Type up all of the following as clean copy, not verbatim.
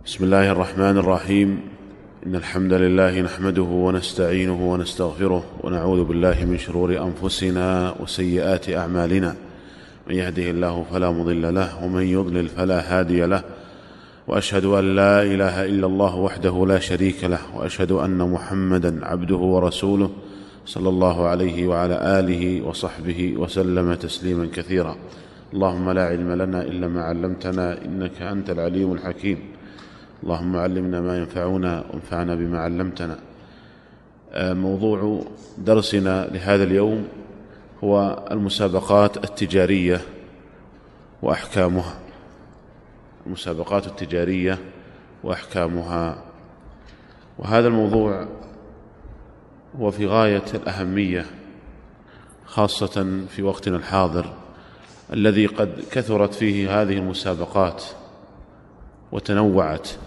بسم الله الرحمن الرحيم. إن الحمد لله نحمده ونستعينه ونستغفره ونعوذ بالله من شرور أنفسنا وسيئات أعمالنا. من يهده الله فلا مضل له ومن يضلل فلا هادي له، وأشهد أن لا إله إلا الله وحده لا شريك له، وأشهد أن محمدا عبده ورسوله صلى الله عليه وعلى آله وصحبه وسلم تسليما كثيرا. اللهم لا علم لنا إلا ما علمتنا إنك أنت العليم الحكيم. اللهم علمنا ما ينفعنا وانفعنا بما علمتنا. موضوع درسنا لهذا اليوم هو المسابقات التجارية وأحكامها. المسابقات التجارية وأحكامها، وهذا الموضوع هو في غاية الأهمية، خاصة في وقتنا الحاضر الذي قد كثرت فيه هذه المسابقات وتنوعت،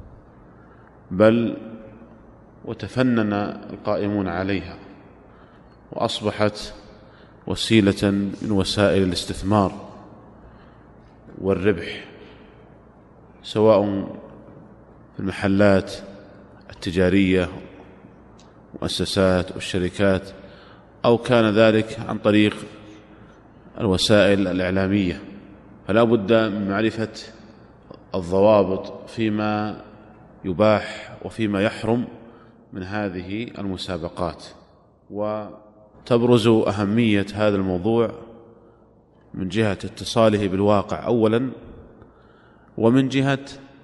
بل وتفنن القائمون عليها، وأصبحت وسيلة من وسائل الاستثمار والربح، سواء في المحلات التجارية والمؤسسات والشركات، أو كان ذلك عن طريق الوسائل الإعلامية. فلا بد من معرفة الضوابط فيما يباح وفيما يحرم من هذه المسابقات. وتبرز أهمية هذا الموضوع من جهة اتصاله بالواقع أولا، ومن جهة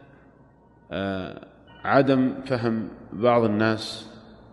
عدم فهم بعض الناس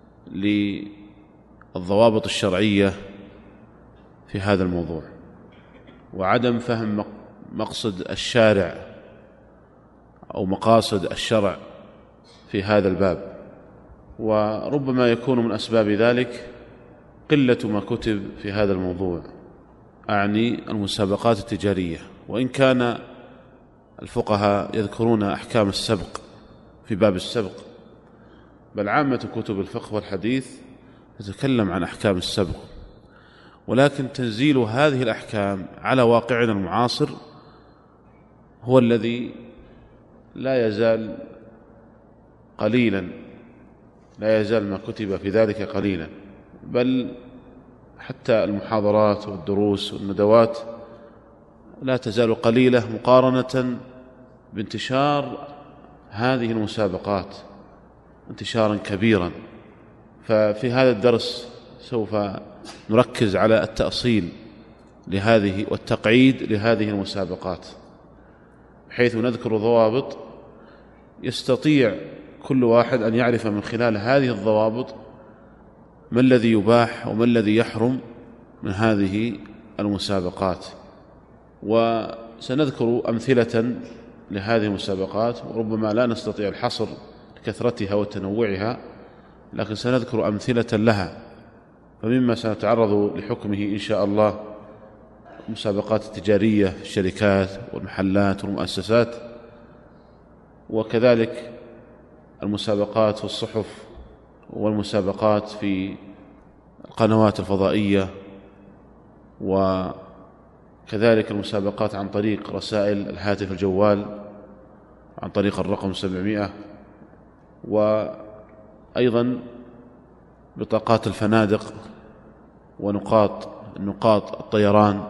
للضوابط الشرعية في هذا الموضوع، وعدم فهم مقصد الشارع أو مقاصد الشرع في هذا الباب. وربما يكون من أسباب ذلك قلة ما كتب في هذا الموضوع، أعني المسابقات التجارية. وإن كان الفقهاء يذكرون أحكام السبق في باب السبق، بل عامة كتب الفقه والحديث تتكلم عن أحكام السبق، ولكن تنزيل هذه الأحكام على واقعنا المعاصر هو الذي لا يزال قليلا، لا يزال ما كتب في ذلك قليلا، بل حتى المحاضرات والدروس والندوات لا تزال قليلة مقارنة بانتشار هذه المسابقات انتشارا كبيرا. ففي هذا الدرس سوف نركز على التأصيل لهذه والتقعيد لهذه المسابقات، حيث نذكر ضوابط يستطيع كل واحد أن يعرف من خلال هذه الضوابط ما الذي يباح وما الذي يحرم من هذه المسابقات. وسنذكر أمثلة لهذه المسابقات، وربما لا نستطيع الحصر لكثرتها وتنوعها، لكن سنذكر أمثلة لها. فمما سنتعرض لحكمه إن شاء الله المسابقات التجارية في الشركات والمحلات والمؤسسات، وكذلك المسابقات في الصحف والمسابقات في القنوات الفضائية، وكذلك المسابقات عن طريق رسائل الهاتف الجوال عن طريق الرقم 700، وأيضا بطاقات الفنادق ونقاط الطيران،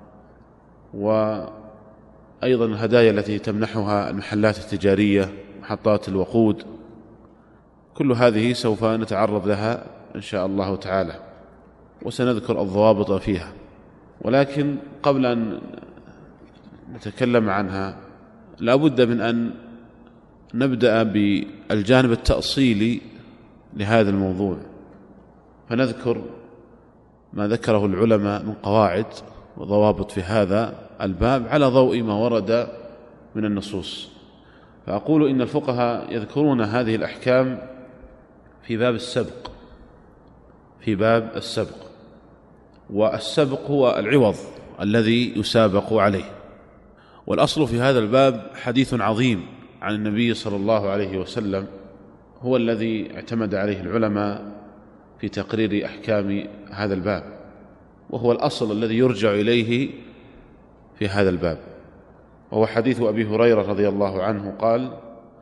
وأيضا الهدايا التي تمنحها المحلات التجارية، محطات الوقود. كل هذه سوف نتعرض لها إن شاء الله تعالى، وسنذكر الضوابط فيها. ولكن قبل أن نتكلم عنها لا بد من أن نبدأ بالجانب التأصيلي لهذا الموضوع، فنذكر ما ذكره العلماء من قواعد وضوابط في هذا الباب على ضوء ما ورد من النصوص. فأقول إن الفقهاء يذكرون هذه الأحكام في باب السبق، في باب السبق. والسبق هو العوض الذي يسابق عليه. والأصل في هذا الباب حديث عظيم عن النبي صلى الله عليه وسلم، هو الذي اعتمد عليه العلماء في تقرير أحكام هذا الباب، وهو الأصل الذي يرجع إليه في هذا الباب. وهو حديث أبي هريرة رضي الله عنه قال: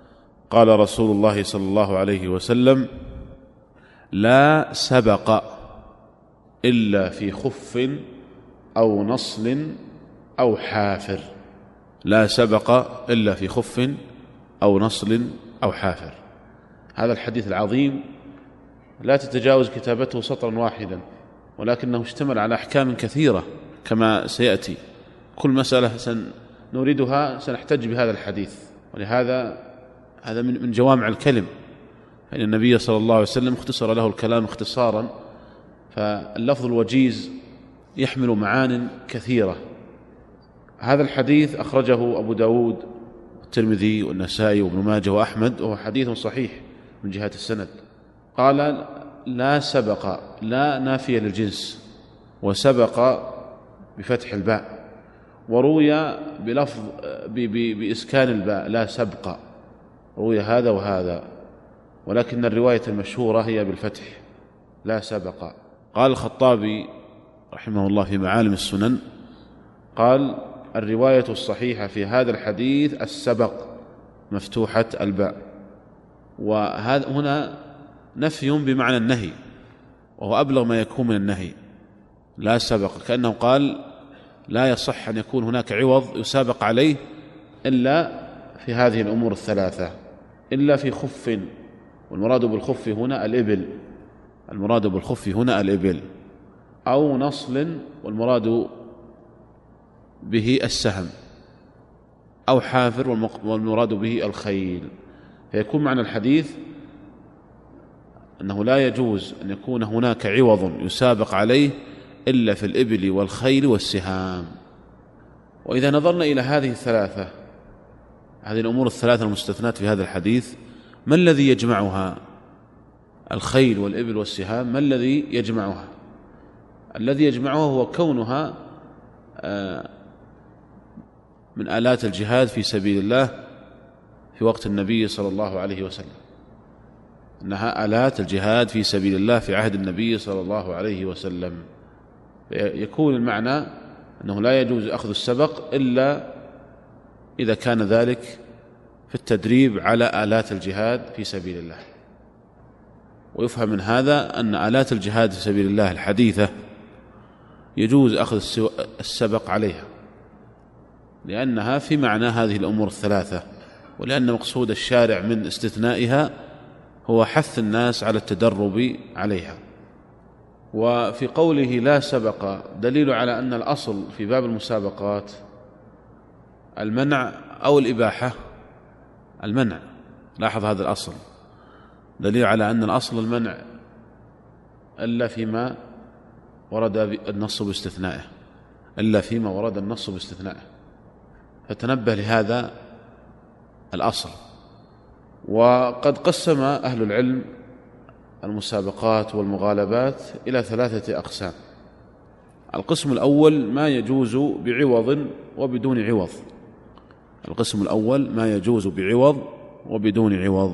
قال رسول الله صلى الله عليه وسلم: لا سبق إلا في خف أو نصل أو حافر. لا سبق إلا في خف أو نصل أو حافر. هذا الحديث العظيم لا تتجاوز كتابته سطرا واحدا، ولكنه اشتمل على أحكام كثيرة كما سيأتي. كل مسألة سنريدها سنحتج بهذا الحديث، ولهذا هذا من جوامع الكلم، فإن النبي صلى الله عليه وسلم اختصر له الكلام اختصارا، فاللفظ الوجيز يحمل معان كثيرة. هذا الحديث أخرجه أبو داود والترمذي والنسائي وابن ماجه وأحمد، وهو حديث صحيح من جهة السند. قال: لا سبق، لا نافية للجنس، وسبق بفتح الباء، وروي بلفظ بإسكان الباء لا سبق، روي هذا وهذا، ولكن الرواية المشهورة هي بالفتح لا سبق. قال الخطابي رحمه الله في معالم السنن، قال: الرواية الصحيحة في هذا الحديث السبق مفتوحة الباء. وهذا هنا نفي بمعنى النهي، وهو أبلغ ما يكون من النهي. لا سبق، كأنه قال لا يصح أن يكون هناك عوض يسابق عليه إلا في هذه الأمور الثلاثة، إلا في خف، والمراد بالخف هنا الإبل، المراد بالخف هنا الإبل، أو نصل، والمراد به السهم، أو حافر، والمراد به الخيل. فيكون معنى الحديث أنه لا يجوز أن يكون هناك عوض يسابق عليه إلا في الإبل والخيل والسهام. وإذا نظرنا إلى هذه الثلاثة، هذه الأمور الثلاثة المستثنات في هذا الحديث، ما الذي يجمعها؟ الخيل والإبل والسهام، ما الذي يجمعها؟ الذي يجمعها هو كونها من آلات الجهاد في سبيل الله في وقت النبي صلى الله عليه وسلم، أنها آلات الجهاد في سبيل الله في عهد النبي صلى الله عليه وسلم. يكون المعنى أنه لا يجوز أخذ السبق إلا إذا كان ذلك في التدريب على آلات الجهاد في سبيل الله. ويفهم من هذا أن آلات الجهاد في سبيل الله الحديثة يجوز أخذ السبق عليها، لأنها في معنى هذه الأمور الثلاثة، ولأن مقصود الشارع من استثنائها هو حث الناس على التدرب عليها. وفي قوله لا سبق دليل على أن الأصل في باب المسابقات المنع أو الإباحة. المنع، لاحظ هذا الأصل، دليل على أن الأصل المنع إلا فيما ورد النص باستثنائه، إلا فيما ورد النص باستثنائه، فتنبه لهذا الأصل. وقد قسم أهل العلم المسابقات والمغالبات إلى ثلاثة أقسام. القسم الأول ما يجوز بعوض وبدون عوض، القسم الأول ما يجوز بعوض وبدون عوض،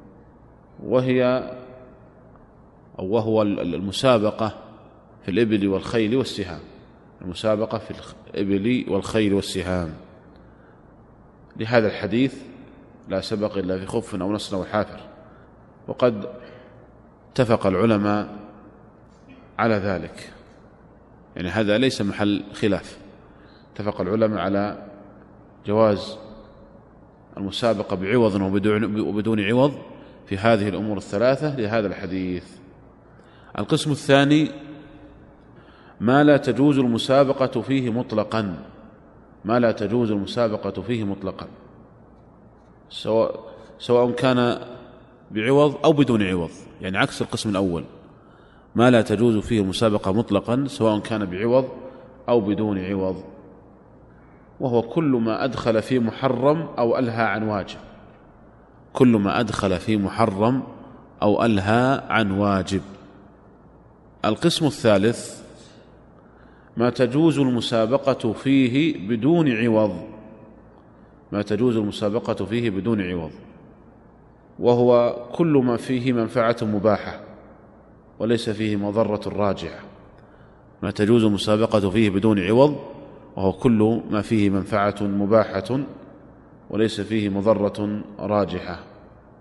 وهو المسابقة في الإبل والخيل والسهام، المسابقة في الإبل والخيل والسهام، لهذا الحديث لا سبق إلا في خف أو نصل أو حافر. وقد اتفق العلماء على ذلك، يعني هذا ليس محل خلاف، اتفق العلماء على جواز المسابقة بعوض وبدون عوض في هذه الأمور الثلاثة لهذا الحديث. القسم الثاني ما لا تجوز المسابقة فيه مطلقا، ما لا تجوز المسابقة فيه مطلقا، سواء كان بعوض أو بدون عوض، يعني عكس القسم الأول، ما لا تجوز فيه المسابقة مطلقا سواء كان بعوض أو بدون عوض، وهو كل ما أدخل في محرم أو ألهى عن واجب، كل ما أدخل في محرم أو ألهى عن واجب. القسم الثالث ما تجوز المسابقة فيه بدون عوض، ما تجوز المسابقة فيه بدون عوض، وهو كل ما فيه منفعة مباحة وليس فيه مضرة راجعة. ما تجوز المسابقة فيه بدون عوض وهو كل ما فيه منفعة مباحة وليس فيه مضرة راجحة.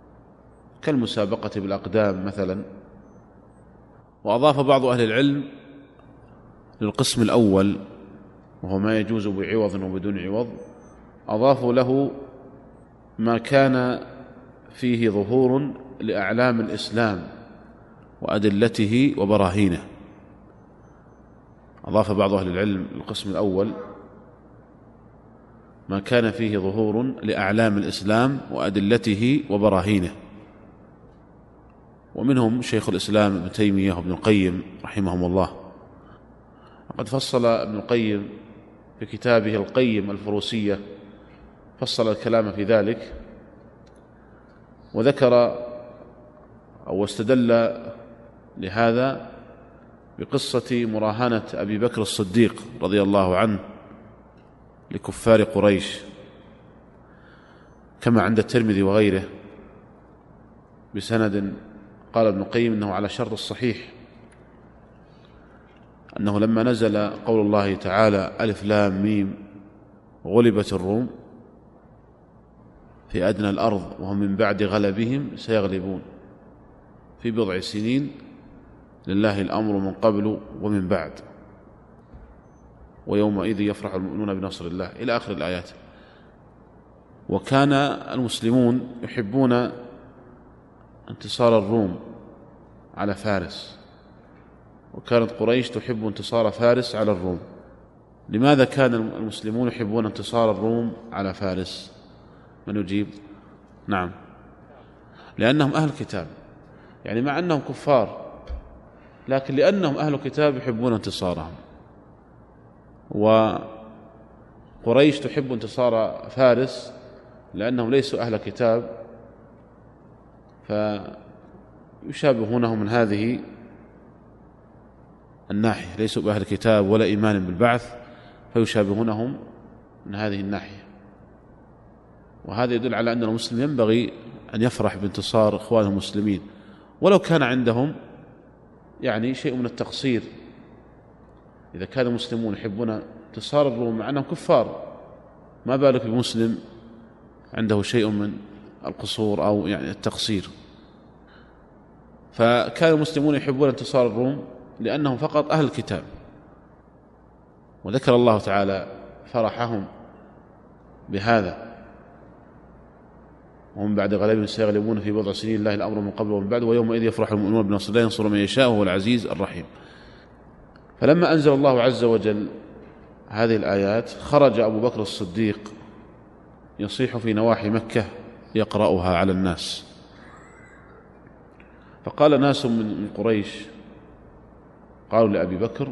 كالمسابقة بالأقدام مثلا. وأضاف بعض أهل العلم للقسم الأول وهو ما يجوز بعوض وبدون عوض، أضافوا له ما كان فيه ظهور لأعلام الإسلام وأدلته وبراهينه. أضاف بعض أهل العلم القسم الأول ما كان فيه ظهور لأعلام الإسلام وأدلته وبراهينه، ومنهم شيخ الإسلام ابن تيمية وابن القيم رحمهم الله. وقد فصل ابن القيم في كتابه القيم الفروسية، فصل الكلام في ذلك وذكر أو استدل لهذا بقصة مراهنة أبي بكر الصديق رضي الله عنه لكفار قريش، كما عند الترمذي وغيره بسند قال ابن القيم إنه على شرط الصحيح، أنه لما نزل قول الله تعالى ألف لام ميم غلبت الروم في أدنى الأرض وهم من بعد غلبهم سيغلبون في بضع سنين لله الأمر من قبل ومن بعد ويومئذ يفرح المؤمنون بنصر الله إلى آخر الآيات. وكان المسلمون يحبون انتصار الروم على فارس، وكانت قريش تحب انتصار فارس على الروم. لماذا كان المسلمون يحبون انتصار الروم على فارس؟ من يجيب؟ نعم، لأنهم أهل كتاب، يعني مع أنهم كفار لكن لأنهم أهل كتاب يحبون انتصارهم. وقريش تحب انتصار فارس لأنهم ليسوا أهل كتاب فيشابهونهم من هذه الناحية، ليسوا بأهل كتاب ولا إيمان بالبعث فيشابهونهم من هذه الناحية. وهذا يدل على أن المسلم ينبغي أن يفرح بانتصار إخوانه المسلمين ولو كان عندهم يعني شيء من التقصير. إذا كان المسلمون يحبون انتصار الروم مع أنهم كفار، ما بالك بمسلم عنده شيء من القصور أو يعني التقصير. فكان المسلمون يحبون انتصار الروم لأنهم فقط أهل الكتاب، وذكر الله تعالى فرحهم بهذا وهم بعد غلبهم سيغلبون في بضع سنين الله الأمر من قبل ومن بعد ويومئذ يفرح المؤمنون بنصر الله ينصر من يشاء وهو العزيز الرحيم. فلما أنزل الله عز وجل هذه الآيات خرج أبو بكر الصديق يصيح في نواحي مكة يقرأها على الناس، فقال ناس من قريش قالوا لأبي بكر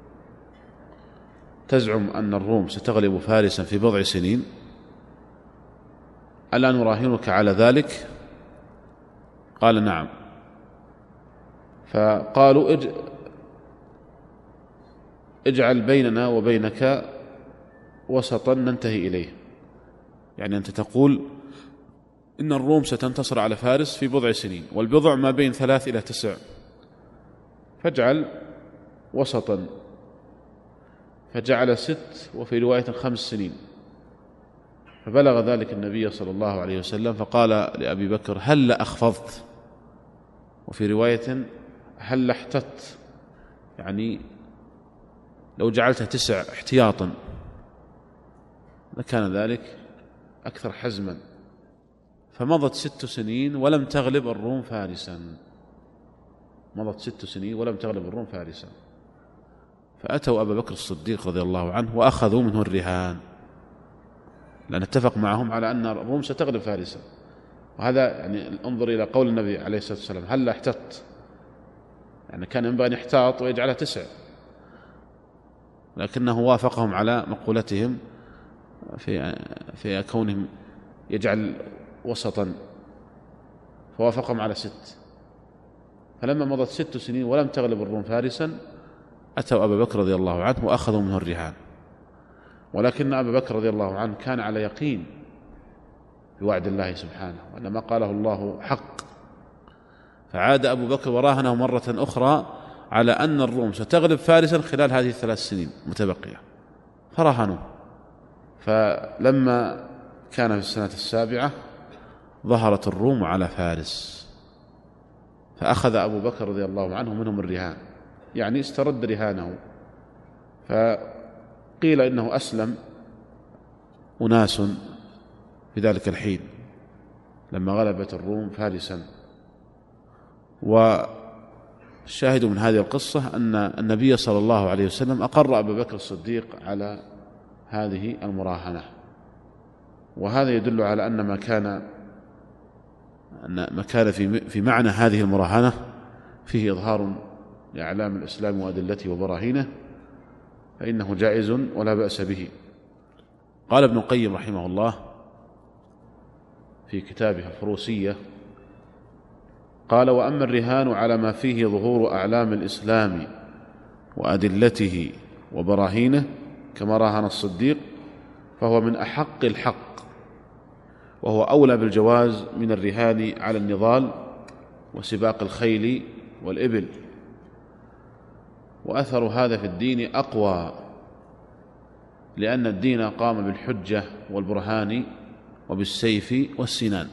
تزعم أن الروم ستغلب فارسا في بضع سنين، ألا نراهنك على ذلك؟ قال نعم. فقالوا اجعل بيننا وبينك وسطا ننتهي إليه، يعني أنت تقول إن الروم ستنتصر على فارس في بضع سنين والبضع ما بين 3 إلى 9، فاجعل وسطا. فجعل 6 وفي رواية 5 سنين. فبلغ ذلك النبي صلى الله عليه وسلم فقال لأبي بكر هل أخفضت، وفي رواية هل احتت، يعني لو جعلتها 9 احتياطا لكان ذلك أكثر حزما. فمضت 6 سنين ولم تغلب الروم فارسا، مضت 6 سنين ولم تغلب الروم فارسا. فأتوا أبا بكر الصديق رضي الله عنه وأخذوا منه الرهان، لأن اتفق معهم على أن الروم ستغلب فارسا. وهذا يعني انظر إلى قول النبي عليه الصلاة والسلام هل احتط، يعني كان ينبغي أن يحتاط ويجعلها 9، لكنه وافقهم على مقولتهم في كونهم يجعل وسطا، فوافقهم على 6. فلما مضت 6 سنين ولم تغلب الروم فارسا أتوا أبا بكر رضي الله عنه وأخذوا منه الرهان. ولكن أبا بكر رضي الله عنه كان على يقين بوعد الله سبحانه وأن ما قاله الله حق، فعاد أبو بكر وراهنه مرة أخرى على أن الروم ستغلب فارسا خلال هذه 3 سنين متبقية، فراهنوا. فلما كان في السنة 7 ظهرت الروم على فارس فأخذ أبو بكر رضي الله عنه منهم الرهان، يعني استرد رهانه. فقيل إنه أسلم أناس في ذلك الحين لما غلبت الروم فارسا. والشاهد من هذه القصة أن النبي صلى الله عليه وسلم أقر أبا بكر الصديق على هذه المراهنة، وهذا يدل على أن ما كان في معنى هذه المراهنة فيه إظهار لأعلام الإسلام وأدلته وبراهينه، فإنه جائز ولا بأس به. قال ابن القيم رحمه الله في كتابه الفروسية، قال: وأما الرهان على ما فيه ظهور أعلام الإسلام وأدلته وبراهينه كما راهن الصديق، فهو من أحق الحق، وهو أولى بالجواز من الرهان على النضال وسباق الخيل والإبل. وأثر هذا في الدين أقوى، لأن الدين قام بالحجة والبرهان وبالسيف والسنان،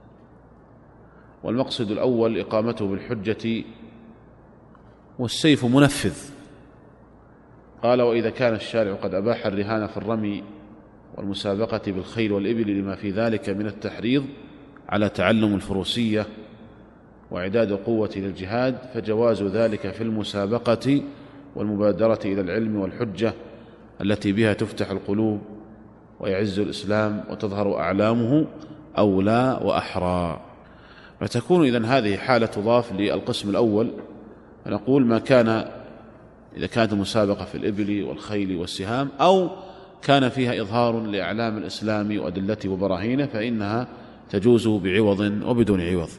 والمقصد الأول إقامته بالحجة، والسيف منفذ. قال: وإذا كان الشارع قد أباح الرهان في الرمي والمسابقة بالخيل والإبل لما في ذلك من التحريض على تعلم الفروسية وإعداد القوة للجهاد، فجواز ذلك في المسابقة والمبادرة إلى العلم والحجة التي بها تفتح القلوب ويعز الإسلام وتظهر أعلامه أولى وأحرى. فتكون إذن هذه حالة تضاف للقسم الأول، فنقول ما كان إذا كانت المسابقة في الإبل والخيل والسهام أو كان فيها إظهار لأعلام الإسلام وأدلته وبراهينه فإنها تجوز بعوض وبدون عوض.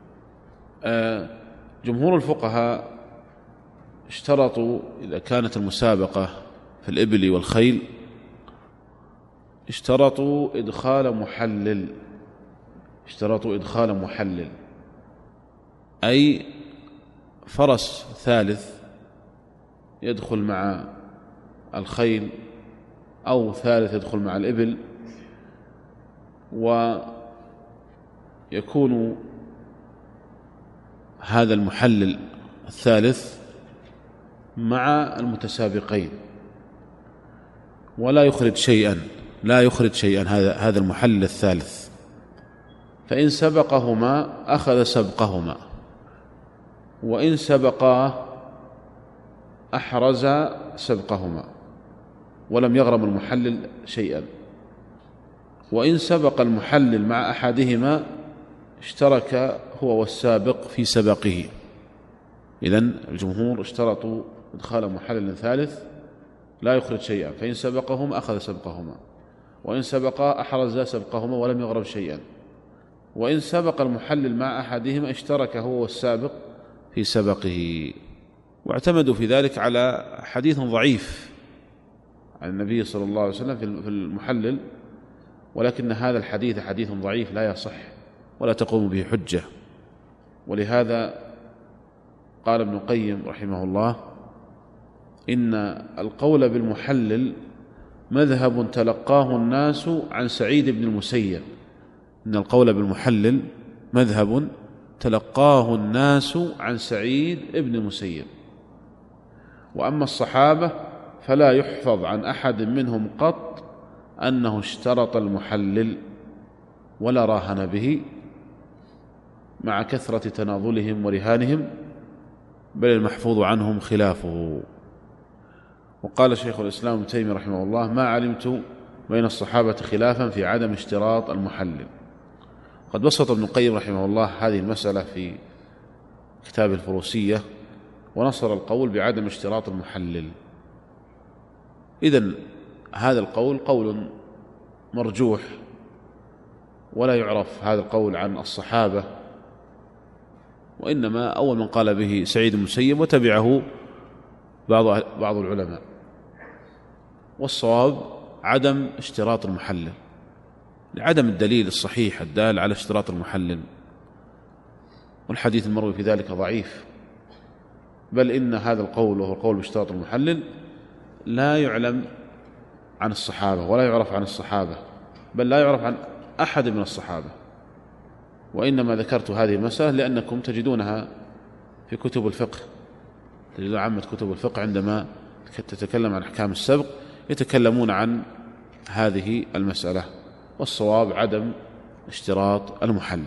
جمهور الفقهاء اشترطوا إذا كانت المسابقة في الإبل والخيل اشترطوا إدخال محلل، أي فرس ثالث يدخل مع الخيل أو ثالث يدخل مع الإبل، ويكون هذا المحلل الثالث مع المتسابقين، ولا يخرج شيئا هذا المحلل الثالث، فإن سبقهما أخذ سبقهما، وإن سبقاه أحرز سبقهما ولم يغرم المحلل شيئا، وإن سبق المحلل مع أحدهما اشترك هو والسابق في سبقه. إذن الجمهور اشترطوا إدخال محلل ثالث لا يخرج شيئا، فإن سبقهما أخذ سبقهما، وإن سبقا أحرز سبقهما ولم يغرم شيئا، وإن سبق المحلل مع أحدهما اشترك هو والسابق في سبقه. واعتمدوا في ذلك على حديث ضعيف عن النبي صلى الله عليه وسلم في المحلل، ولكن هذا الحديث حديث ضعيف لا يصح ولا تقوم به حجة. ولهذا قال ابن القيم رحمه الله: إن القول بالمحلل مذهب تلقاه الناس عن سعيد بن المسيب. إن القول بالمحلل مذهب تلقاه الناس عن سعيد بن المسيب، وأما الصحابة فلا يحفظ عن أحد منهم قط أنه اشترط المحلل ولا راهن به، مع كثرة تناظلهم ورهانهم، بل المحفوظ عنهم خلافه. وقال شيخ الإسلام ابن تيمية رحمه الله: ما علمت بين الصحابة خلافا في عدم اشتراط المحلل. قد بسط ابن القيم رحمه الله هذه المسألة في كتاب الفروسية، ونصر القول بعدم اشتراط المحلل. إذن هذا القول قول مرجوح، ولا يعرف هذا القول عن الصحابة، وإنما أول من قال به سعيد بن المسيب وتبعه بعض العلماء. والصواب عدم اشتراط المحلل لعدم الدليل الصحيح الدال على اشتراط المحلل، والحديث المروي في ذلك ضعيف، بل إن هذا القول وهو القول باشتراط المحلل لا يعلم عن الصحابة ولا يعرف عن الصحابة، بل لا يعرف عن أحد من الصحابة. وإنما ذكرت هذه المسألة لأنكم تجدونها في كتب الفقه، تجد عامة كتب الفقه عندما تتكلم عن أحكام السبق يتكلمون عن هذه المسألة، والصواب عدم اشتراط المحلل.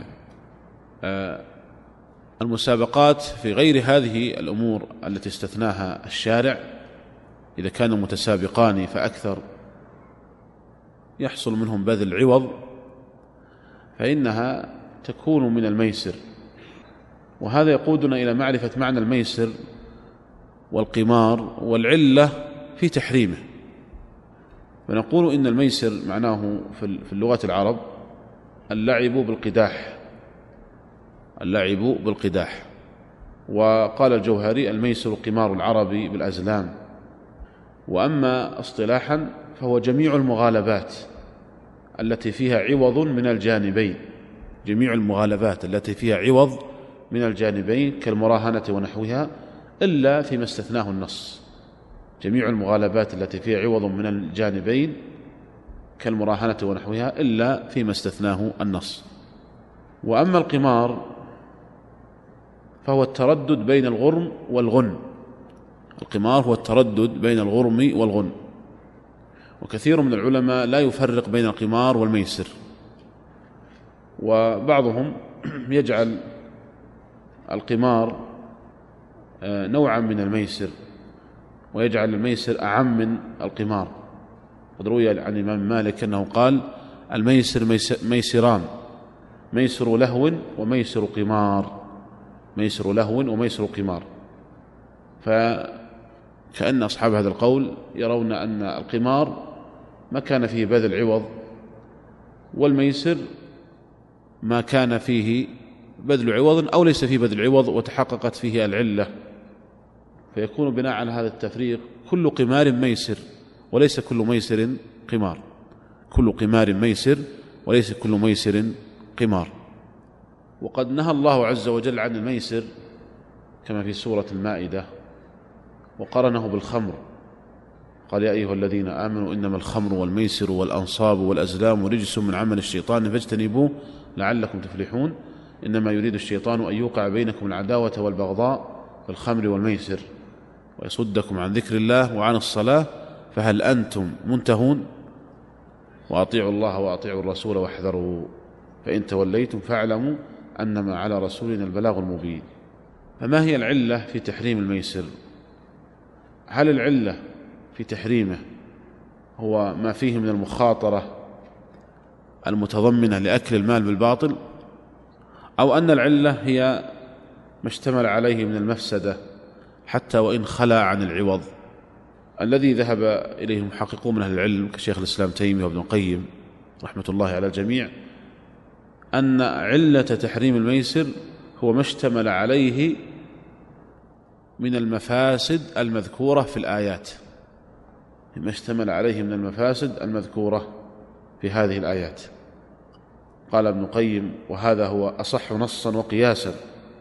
المسابقات في غير هذه الأمور التي استثناها الشارع إذا كانوا متسابقان فأكثر يحصل منهم بذل عوض فإنها تكون من الميسر، وهذا يقودنا إلى معرفة معنى الميسر والقمار والعلة في تحريمه. فنقول إن الميسر معناه في اللغة العرب اللعب بالقداح، اللعب بالقداح. وقال الجوهري الميسر قمار العرب بالأزلام. وأما اصطلاحا فهو جميع المغالبات التي فيها عوض من الجانبين، جميع المغالبات التي فيها عوض من الجانبين كالمراهنة ونحوها إلا فيما استثناه النص، جميع المغالبات التي فيها عوض من الجانبين كالمراهنة ونحوها إلا فيما استثناه النص. وأما القمار فهو التردد بين الغرم والغن، القمار هو التردد بين الغرم والغن. وكثير من العلماء لا يفرق بين القمار والميسر، وبعضهم يجعل القمار نوعا من الميسر ويجعل الميسر أعم من القمار. قد روي عن الإمام مالك أنه قال الميسر ميسران، ميسر لهو وميسر قمار، ميسر لهو وميسر قمار. فكأن أصحاب هذا القول يرون أن القمار ما كان فيه بذل عوض، والميسر ما كان فيه بذل عوض أو ليس فيه بذل عوض وتحققت فيه العلة، فيكون بناء على هذا التفريق كل قمار ميسر وليس كل ميسر قمار، كل قمار ميسر وليس كل ميسر قمار. وقد نهى الله عز وجل عن الميسر كما في سورة المائدة وقرنه بالخمر، قال يا أيها الذين آمنوا إنما الخمر والميسر والأنصاب والأزلام رجس من عمل الشيطان فاجتنبوه لعلكم تفلحون إنما يريد الشيطان أن يوقع بينكم العداوة والبغضاء في الخمر والميسر ويصدكم عن ذكر الله وعن الصلاة فهل أنتم منتهون وأطيعوا الله وأطيعوا الرسول واحذروا فإن توليتم فاعلموا أنما على رسولنا البلاغ المبين. فما هي العلة في تحريم الميسر؟ هل العلة في تحريمه هو ما فيه من المخاطرة المتضمنة لأكل المال بالباطل، أو أن العلة هي ما اشتمل عليه من المفسدة حتى وإن خلا عن العوض؟ الذي ذهب إليه المحققون من أهل العلم كشيخ الإسلام تيمية وابن القيم رحمة الله على الجميع أن علة تحريم الميسر هو ما اشتمل عليه من المفاسد المذكورة في الآيات، ما اشتمل عليه من المفاسد المذكورة في هذه الآيات. قال ابن القيم وهذا هو أصح نصا وقياسا،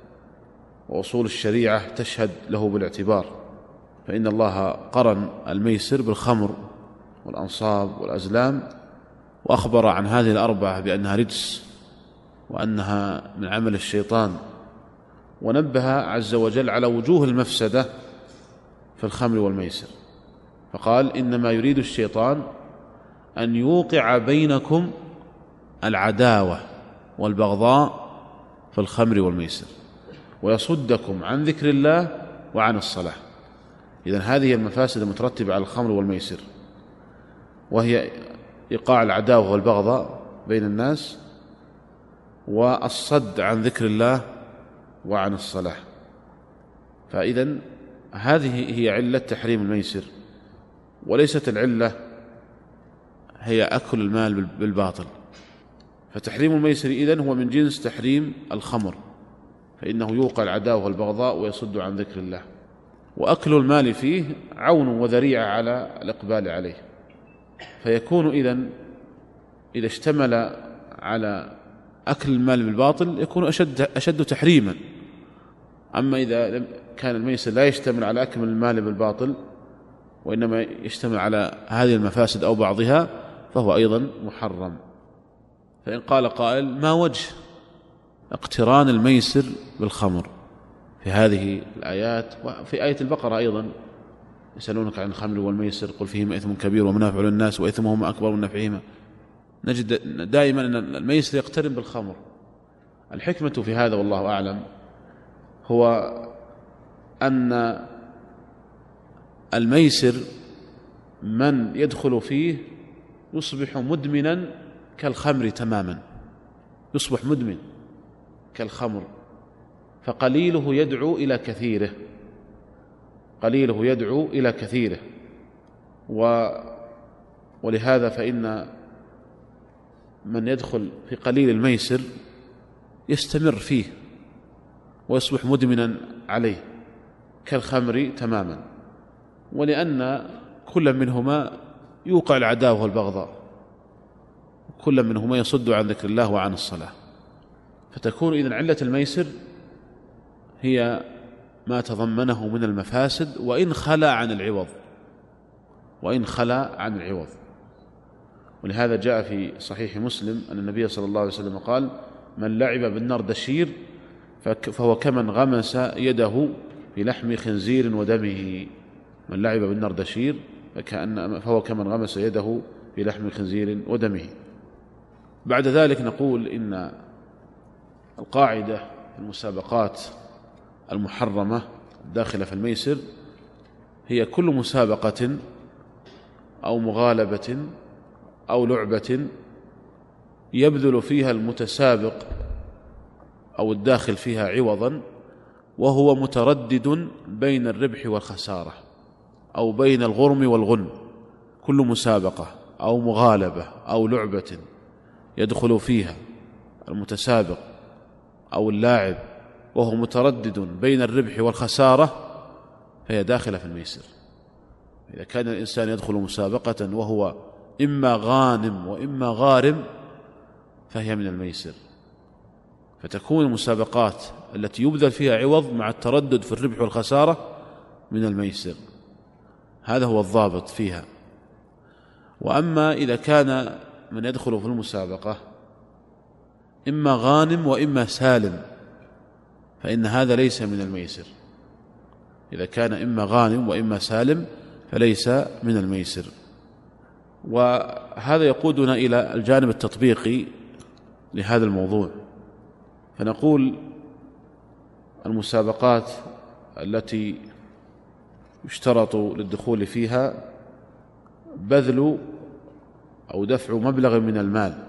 وأصول الشريعة تشهد له بالاعتبار، فإن الله قرن الميسر بالخمر والأنصاب والأزلام وأخبر عن هذه الأربعة بأنها رجس وأنها من عمل الشيطان، ونبه عز وجل على وجوه المفسدة في الخمر والميسر، فقال إنما يريد الشيطان أن يوقع بينكم العداوة والبغضاء في الخمر والميسر ويصدكم عن ذكر الله وعن الصلاة. إذن هذه المفاسد المترتبة على الخمر والميسر، وهي إيقاع العداوة والبغضاء بين الناس والصد عن ذكر الله وعن الصلاة. فإذن هذه هي علة تحريم الميسر، وليست العلة هي أكل المال بالباطل. فتحريم الميسر إذن هو من جنس تحريم الخمر، فإنه يوقع العداوة والبغضاء ويصد عن ذكر الله، وأكل المال فيه عون وذريعة على الإقبال عليه. فيكون إذن إذا اشتمل على أكل المال بالباطل يكون أشد تحريما. أما إذا كان الميسر لا يشتمل على أكل المال بالباطل وإنما يشتمل على هذه المفاسد أو بعضها فهو أيضا محرم. فإن قال قائل ما وجه اقتران الميسر بالخمر؟ في هذه الآيات وفي آية البقرة أيضا: يسألونك عن الخمر والميسر قل فيهما إثم كبير ومنافع للناس وإثمهما أكبر من نفعهما. نجد دائما أن الميسر يقترن بالخمر. الحكمة في هذا والله أعلم هو أن الميسر من يدخل فيه يصبح مدمنا كالخمر تماما، يصبح مدمن كالخمر، فقليله يدعو إلى كثيره، قليله يدعو إلى كثيره. ولهذا فإن من يدخل في قليل الميسر يستمر فيه ويصبح مدمنا عليه كالخمر تماما، ولأن كل منهما يوقع العداوة والبغضاء، كل منهما يصد عن ذكر الله وعن الصلاة، فتكون إذن علة الميسر هي ما تضمنه من المفاسد وإن خلا عن العوض، وإن خلا عن العوض. ولهذا جاء في صحيح مسلم أن النبي صلى الله عليه وسلم قال: من لعب بالنردشير فهو كمن غمس يده في لحم خنزير ودمه. من لعب بالنردشير فهو كمن غمس يده في لحم خنزير ودمه. بعد ذلك نقول إن القاعدة في المسابقات المحرمة الداخلة في الميسر هي كل مسابقة أو مغالبة أو لعبة يبذل فيها المتسابق أو الداخل فيها عوضا وهو متردد بين الربح والخسارة أو بين الغرم والغنم. كل مسابقة أو مغالبة أو لعبة يدخل فيها المتسابق أو اللاعب وهو متردد بين الربح والخسارة فهي داخلة في الميسر. إذا كان الإنسان يدخل مسابقة وهو إما غانم وإما غارم فهي من الميسر. فتكون المسابقات التي يبذل فيها عوض مع التردد في الربح والخسارة من الميسر، هذا هو الضابط فيها. وأما إذا كان من يدخل في المسابقة إما غانم وإما سالم فإن هذا ليس من الميسر. إذا كان إما غانم وإما سالم فليس من الميسر. وهذا يقودنا إلى الجانب التطبيقي لهذا الموضوع، فنقول المسابقات التي يشترط للدخول فيها بذل أو دفع مبلغ من المال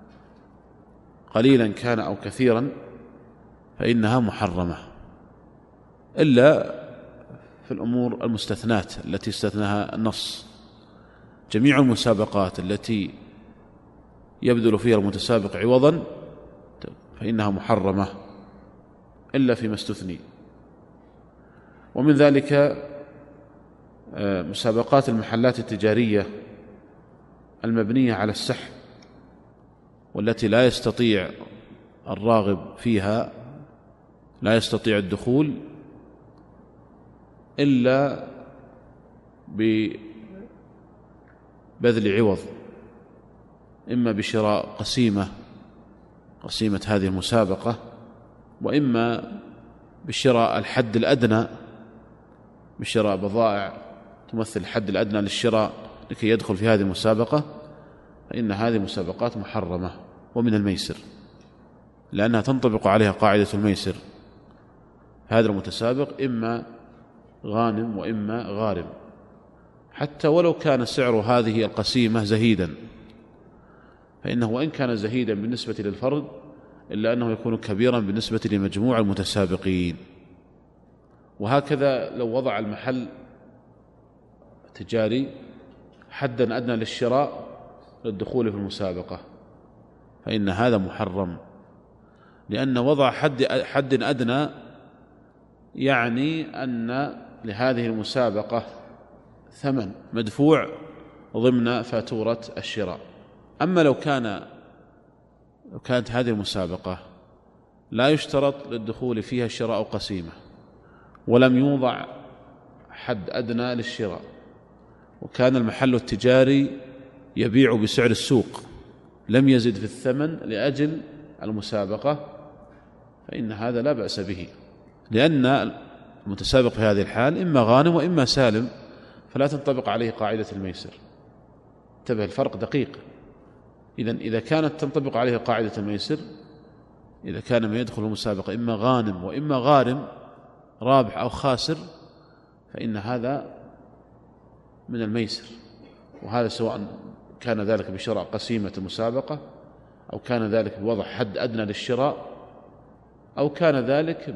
قليلا كان أو كثيرا فإنها محرمة، إلا في الأمور المستثنات التي استثناها النص. جميع المسابقات التي يبذل فيها المتسابق عوضا فإنها محرمة إلا فيما استثني. ومن ذلك مسابقات المحلات التجارية المبنية على السحب، والتي لا يستطيع الراغب فيها لا يستطيع الدخول إلا ببذل عوض، إما بشراء قسيمة هذه المسابقة، وإما بشراء الحد الأدنى، بشراء بضائع تمثل الحد الأدنى للشراء لكي يدخل في هذه المسابقة، فإن هذه المسابقات محرمة ومن الميسر، لأنها تنطبق عليها قاعدة الميسر. هذا المتسابق إما غانم وإما غارم، حتى ولو كان سعر هذه القسيمة زهيدا، فإنه وإن كان زهيدا بالنسبة للفرد إلا أنه يكون كبيرا بالنسبة لمجموع المتسابقين. وهكذا لو وضع المحل التجاري حدا أدنى للشراء للدخول في المسابقة فإن هذا محرم، لأن وضع حد أدنى يعني أن لهذه المسابقة ثمن مدفوع ضمن فاتورة الشراء. أما لو كانت هذه المسابقة لا يشترط للدخول فيها شراء قسيمة ولم يوضع حد أدنى للشراء، وكان المحل التجاري يبيع بسعر السوق لم يزد في الثمن لأجل المسابقة، فإن هذا لا بأس به، لأن المتسابق في هذه الحال إما غانم وإما سالم، فلا تنطبق عليه قاعدة الميسر. انتبه، الفرق دقيق. إذا كانت تنطبق عليه قاعدة الميسر، إذا كان من يدخل المسابقة إما غانم وإما غارم، رابح أو خاسر، فإن هذا من الميسر. وهذا سواء كان ذلك بشراء قسيمة المسابقة، أو كان ذلك بوضع حد أدنى للشراء، أو كان ذلك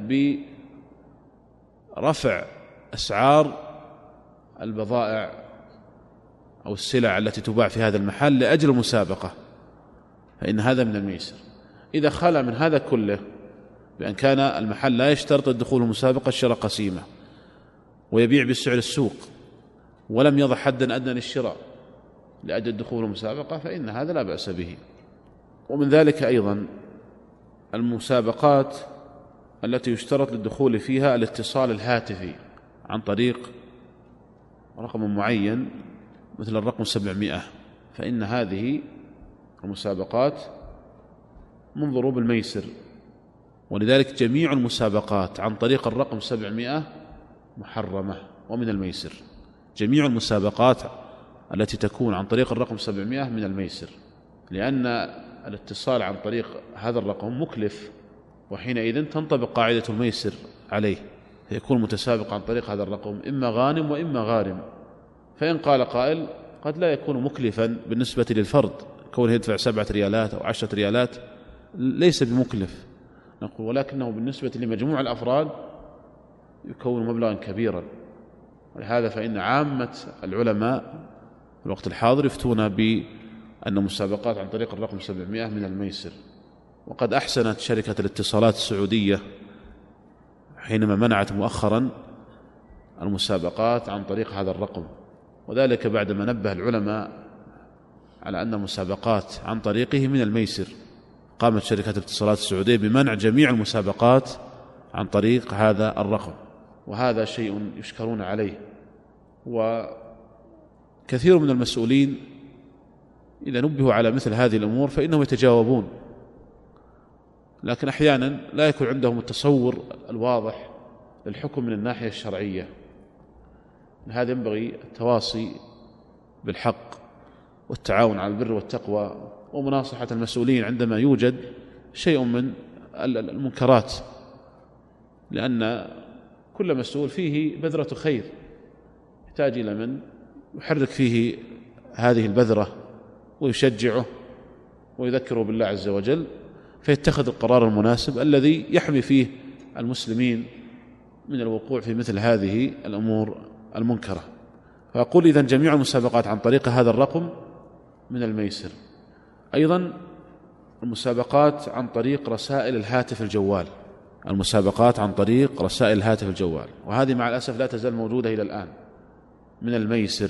برفع أسعار البضائع أو السلع التي تباع في هذا المحل لأجل المسابقة، فإن هذا من الميسر. إذا خلى من هذا كله بأن كان المحل لا يشترط الدخول المسابقة شراء قسيمة، ويبيع بسعر السوق، ولم يضع حدا أدنى للشراء لأجل الدخول المسابقة، فإن هذا لا بأس به. ومن ذلك أيضا المسابقات التي يشترط للدخول فيها الاتصال الهاتفي عن طريق رقم معين مثل الرقم 700، فإن هذه المسابقات من ضروب الميسر. ولذلك جميع المسابقات عن طريق الرقم 700 محرمة ومن الميسر. جميع المسابقات التي تكون عن طريق الرقم 700 من الميسر، لأن الاتصال عن طريق هذا الرقم مكلف، وحينئذ تنطبق قاعدة الميسر عليه، فيكون متسابق عن طريق هذا الرقم إما غانم وإما غارم. فإن قال قائل قد لا يكون مكلفا بالنسبة للفرد، كونه يدفع 7 ريالات أو 10 ريالات ليس بمكلف، نقول ولكنه بالنسبة لمجموع الأفراد يكون مبلغا كبيرا. ولهذا فإن عامة العلماء في الوقت الحاضر يفتون بأن المسابقات عن طريق الرقم 700 من الميسر. وقد أحسنت شركة الاتصالات السعودية حينما منعت مؤخرا المسابقات عن طريق هذا الرقم، وذلك بعدما نبه العلماء على أن المسابقات عن طريقه من الميسر. قامت شركة الاتصالات السعودية بمنع جميع المسابقات عن طريق هذا الرقم، وهذا شيء يشكرون عليه. وكثير من المسؤولين إذا نبهوا على مثل هذه الأمور فإنهم يتجاوبون، لكن أحيانا لا يكون عندهم التصور الواضح للحكم من الناحية الشرعية. هذا ينبغي التواصي بالحق والتعاون على البر والتقوى ومناصحة المسؤولين عندما يوجد شيء من المنكرات، لأن كل مسؤول فيه بذرة خير، يحتاج إلى من يحرك فيه هذه البذرة ويشجعه ويذكره بالله عز وجل، فيتخذ القرار المناسب الذي يحمي فيه المسلمين من الوقوع في مثل هذه الأمور المنكرة. فأقول إذن جميع المسابقات عن طريق هذا الرقم من الميسر. أيضا المسابقات عن طريق رسائل الهاتف الجوال، المسابقات عن طريق رسائل الهاتف الجوال، وهذه مع الأسف لا تزال موجودة إلى الآن من الميسر،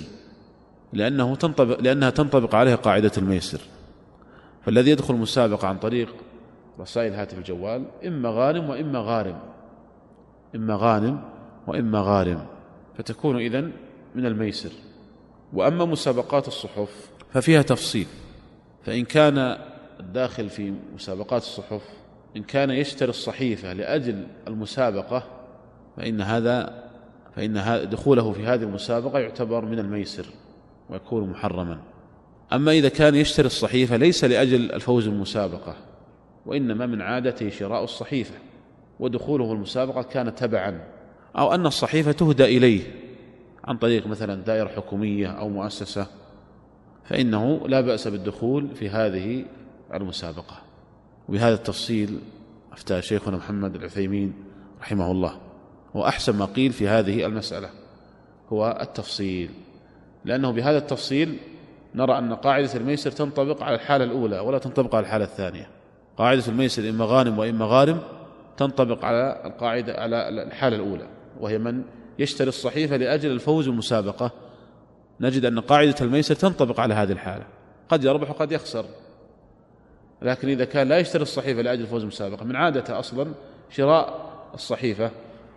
لأنها تنطبق عليها قاعدة الميسر. فالذي يدخل المسابقة عن طريق رسائل هاتف الجوال إما غانم وإما غارم، إما غانم وإما غارم، فتكون إذن من الميسر. وأما مسابقات الصحف ففيها تفصيل، فإن كان الداخل في مسابقات الصحف إن كان يشتري الصحيفة لأجل المسابقة فإن دخوله في هذه المسابقة يعتبر من الميسر ويكون محرما. أما إذا كان يشتري الصحيفة ليس لأجل الفوز بالمسابقة، وإنما من عادته شراء الصحيفة، ودخوله في المسابقة كان تبعا، أو أن الصحيفة تهدى إليه عن طريق مثلا دائرة حكومية أو مؤسسة، فإنه لا بأس بالدخول في هذه المسابقة. وبهذا التفصيل أفتى شيخنا محمد العثيمين رحمه الله، وأحسن ما قيل في هذه المسألة هو التفصيل، لأنه بهذا التفصيل نرى أن قاعدة الميسر تنطبق على الحالة الأولى ولا تنطبق على الحالة الثانية. قاعدة الميسر إما غانم وإما غارم تنطبق على القاعدة على الحالة الأولى، وهي من يشتري الصحيفة لأجل الفوز بالمسابقة. نجد أن قاعدة الميسر تنطبق على هذه الحالة، قد يربح وقد يخسر. لكن إذا كان لا يشتري الصحيفة لأجل الفوز بالمسابقة، من عادته أصلا شراء الصحيفة،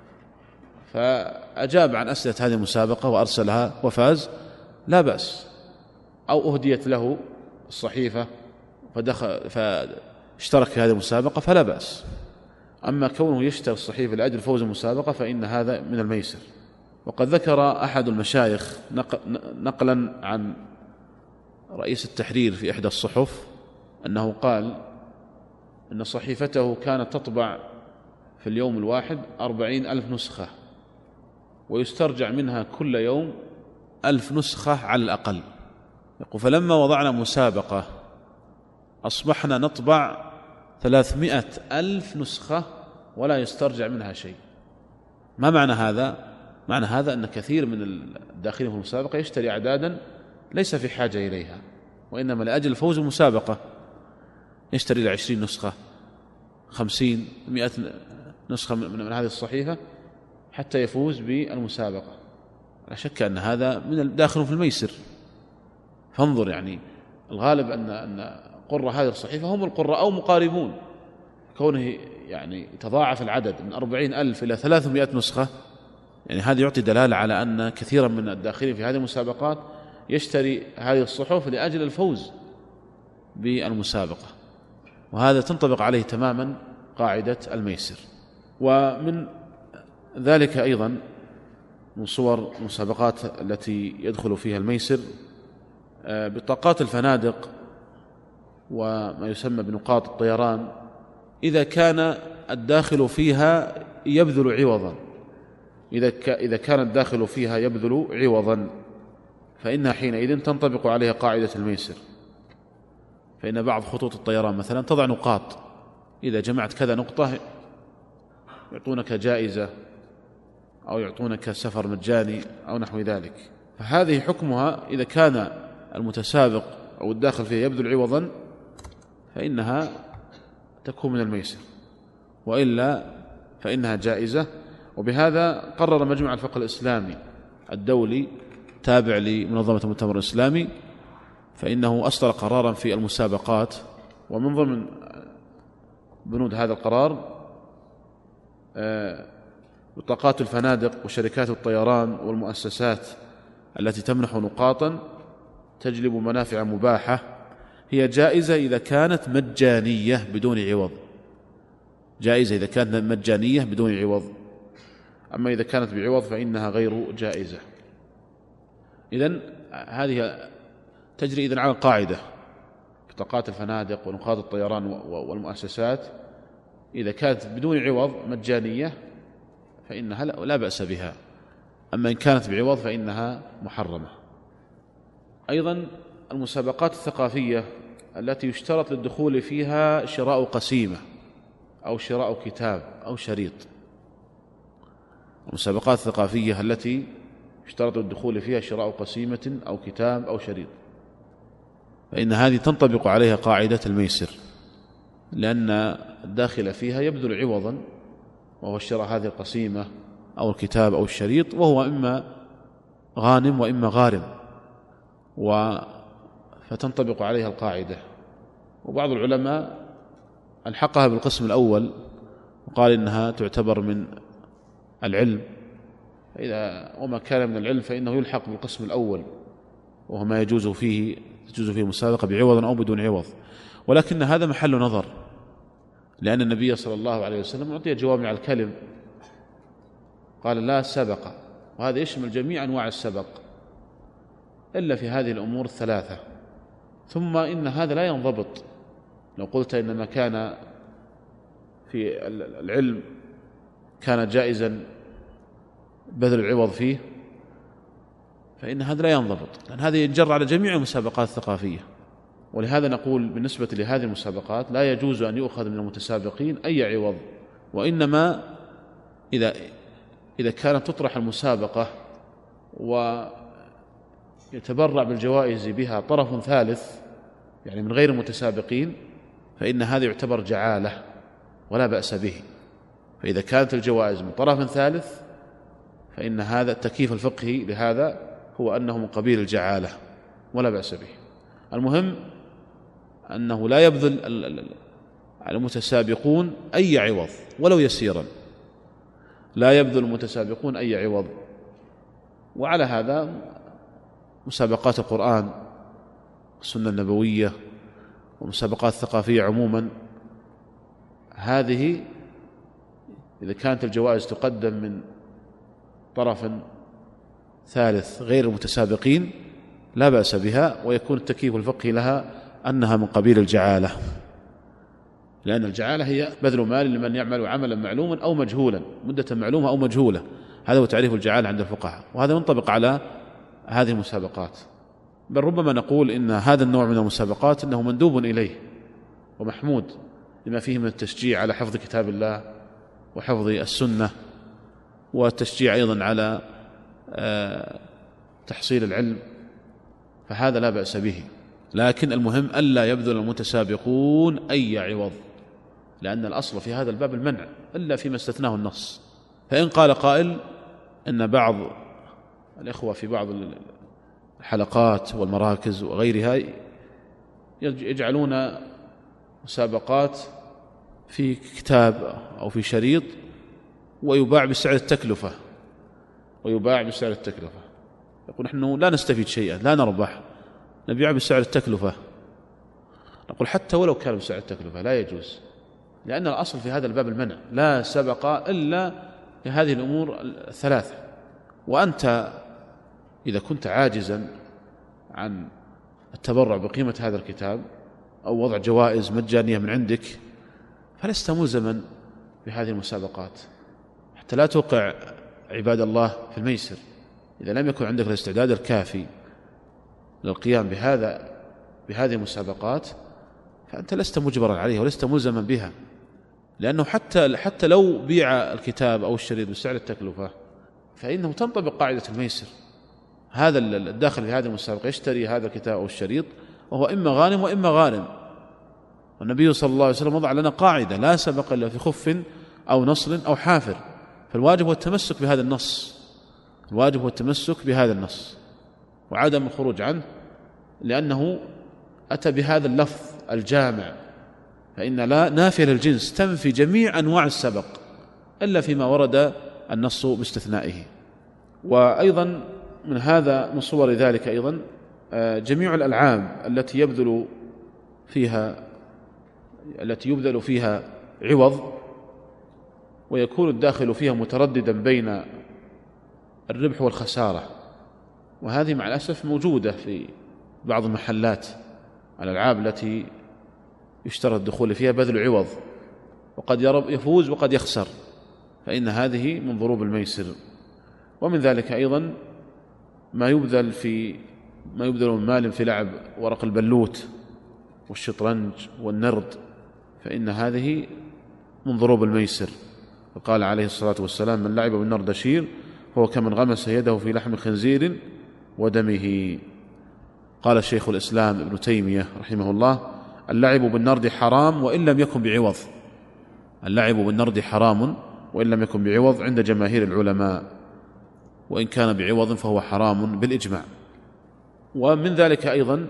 فأجاب عن أسئلة هذه المسابقة وأرسلها وفاز، لا بأس. أو أهديت له الصحيفة فاشترك في هذه المسابقة، فلا بأس. أما كونه يشتري الصحيفة لأجل فوز المسابقة فإن هذا من الميسر. وقد ذكر أحد المشايخ نقلا عن رئيس التحرير في إحدى الصحف أنه قال أن صحيفته كانت تطبع في اليوم الواحد 40,000 نسخة، ويسترجع منها كل يوم 1000 نسخة على الأقل. يقول فلما وضعنا مسابقة أصبحنا نطبع 300,000 نسخة ولا يسترجع منها شيء. ما معنى هذا؟ معنى هذا أن كثير من الداخلين في المسابقة يشتري أعدادا ليس في حاجة إليها، وإنما لأجل فوز المسابقة يشتري 20 نسخة 50 100 نسخة من هذه الصحيفة حتى يفوز بالمسابقة. لا شك أن هذا من الداخل في الميسر. فانظر، يعني الغالب أن قراء هذه الصحيفة هم القراء أو مقاربون، كونه يعني يتضاعف العدد من 40,000 إلى 300 نسخة، يعني هذا يعطي دلالة على أن كثيرا من الداخلين في هذه المسابقات يشتري هذه الصحف لأجل الفوز بالمسابقة، وهذا تنطبق عليه تماما قاعدة الميسر. ومن ذلك أيضا من صور المسابقات التي يدخل فيها الميسر بطاقات الفنادق وما يسمى بنقاط الطيران، إذا كان الداخل فيها يبذل عوضا، إذا كان الداخل فيها يبذل عوضا فإنها حينئذ تنطبق عليها قاعدة الميسر. فإن بعض خطوط الطيران مثلا تضع نقاط، إذا جمعت كذا نقطة يعطونك جائزة أو يعطونك سفر مجاني أو نحو ذلك. فهذه حكمها إذا كان المتسابق أو الداخل فيها يبذل عوضا فإنها تكون من الميسر، وإلا فإنها جائزة. وبهذا قرر مجمع الفقه الإسلامي الدولي تابع لمنظمة المؤتمر الإسلامي، فإنه أصدر قرارا في المسابقات، ومن ضمن بنود هذا القرار بطاقات الفنادق وشركات الطيران والمؤسسات التي تمنح نقاطا تجلب منافع مباحة هي جائزة إذا كانت مجانية بدون عوض، جائزة إذا كانت مجانية بدون عوض، أما إذا كانت بعوض فإنها غير جائزة. إذن هذه تجري إذن على القاعدة بطاقات الفنادق ونقاط الطيران والمؤسسات، إذا كانت بدون عوض مجانية فإنها لا بأس بها، أما إن كانت بعوض فإنها محرمة. أيضا المسابقات الثقافية التي يشترط للدخول فيها شراء قسيمة أو شراء كتاب أو شريط، المسابقات الثقافية التي يشترط للدخول فيها شراء قسيمة أو كتاب أو شريط، فإن هذه تنطبق عليها قاعدة الميسر، لأن الداخل فيها يبذل عوضا وهو شراء هذه القسيمة أو الكتاب أو الشريط، وهو إما غانم وإما غارم، فتنطبق عليها القاعدة. وبعض العلماء ألحقها بالقسم الأول وقال إنها تعتبر من العلم، وما كان من العلم فإنه يلحق بالقسم الأول، وهو ما تجوز فيه المسابقة بعوض أو بدون عوض. ولكن هذا محل نظر، لأن النبي صلى الله عليه وسلم أعطي جوامع الكلم، قال لا سبق، وهذا يشمل جميع أنواع السبق إلا في هذه الأمور الثلاثة. ثم إن هذا لا ينضبط، لو قلت إنما كان في العلم كان جائزا بذل العوض فيه فإن هذا لا ينضبط، لأن هذا ينجر على جميع المسابقات الثقافية. ولهذا نقول بالنسبة لهذه المسابقات لا يجوز أن يؤخذ من المتسابقين أي عوض، وإنما إذا كانت تطرح المسابقة ويتبرع بالجوائز بها طرف ثالث يعني من غير المتسابقين فإن هذا يعتبر جعالة ولا بأس به. فإذا كانت الجوائز من طرف ثالث فإن هذا التكييف الفقهي لهذا هو أنه من قبيل الجعالة ولا بأس به. المهم أنه لا يبذل المتسابقون أي عوض ولو يسيرا، لا يبذل المتسابقون أي عوض. وعلى هذا مسابقات القرآن والسنة النبوية ومسابقات الثقافية عموما هذه إذا كانت الجوائز تقدم من طرف ثالث غير المتسابقين لا بأس بها، ويكون التكييف الفقهي لها أنها من قبيل الجعالة، لأن الجعالة هي بذل مال لمن يعمل عملا معلوما أو مجهولا، مدة معلومة أو مجهولة. هذا هو تعريف الجعالة عند الفقهاء، وهذا ينطبق على هذه المسابقات. بل ربما نقول إن هذا النوع من المسابقات إنه مندوب إليه ومحمود، لما فيه من التشجيع على حفظ كتاب الله وحفظ السنة، والتشجيع أيضا على تحصيل العلم، فهذا لا بأس به. لكن المهم ألا يبذل المتسابقون أي عوض، لأن الأصل في هذا الباب المنع إلا فيما استثناه النص. فإن قال قائل أن بعض الإخوة في بعض الحلقات والمراكز وغيرها يجعلون مسابقات في كتاب أو في شريط ويباع بسعر التكلفة، يقول نحن لا نستفيد شيئا، لا نربح، نبيع بسعر التكلفة. نقول حتى ولو كان بسعر التكلفة لا يجوز، لأن الأصل في هذا الباب المنع، لا سبق إلا لهذه الأمور الثلاثة. وأنت إذا كنت عاجزا عن التبرع بقيمة هذا الكتاب أو وضع جوائز مجانية من عندك فلست ملزما بهذه المسابقات، حتى لا توقع عباد الله في الميسر. إذا لم يكن عندك الاستعداد الكافي للقيام بهذه المسابقات فأنت لست مجبرا عليها ولست ملزما بها، لأنه حتى لو بيع الكتاب أو الشريط بسعر التكلفة فإنه تنطبق قاعدة الميسر. هذا الداخل في هذه المسابقة يشتري هذا الكتاب أو الشريط وهو إما غانم وإما غارم، والنبي صلى الله عليه وسلم وضع لنا قاعدة: لا سبق إلا في خف أو نصل أو حافر. فالواجب هو التمسك بهذا النص، وعدم الخروج عنه، لأنه أتى بهذا اللفظ الجامع، فإن لا نافية للجنس تنفي جميع أنواع السبق إلا فيما ورد النص باستثنائه. وأيضا من صور ذلك أيضا جميع الألعاب التي يبذل فيها عوض ويكون الداخل فيها مترددا بين الربح والخسارة، وهذه مع الأسف موجودة في بعض المحلات، الألعاب التي يشترط الدخول فيها بذل عوض، وقد يفوز وقد يخسر، فإن هذه من ضروب الميسر. ومن ذلك أيضا ما يبذل من مال في لعب ورق البلوت والشطرنج والنرد، فإن هذه من ضروب الميسر. وقال عليه الصلاة والسلام: من لعب بالنردشير فهو كمن غمس يده في لحم خنزير ودمه. قال الشيخ الإسلام ابن تيمية رحمه الله: اللعب بالنرد حرام وإن لم يكن بعوض. اللعب بالنرد حرام وإن لم يكن بعوض عند جماهير العلماء، وإن كان بعوض فهو حرام بالإجماع. ومن ذلك أيضا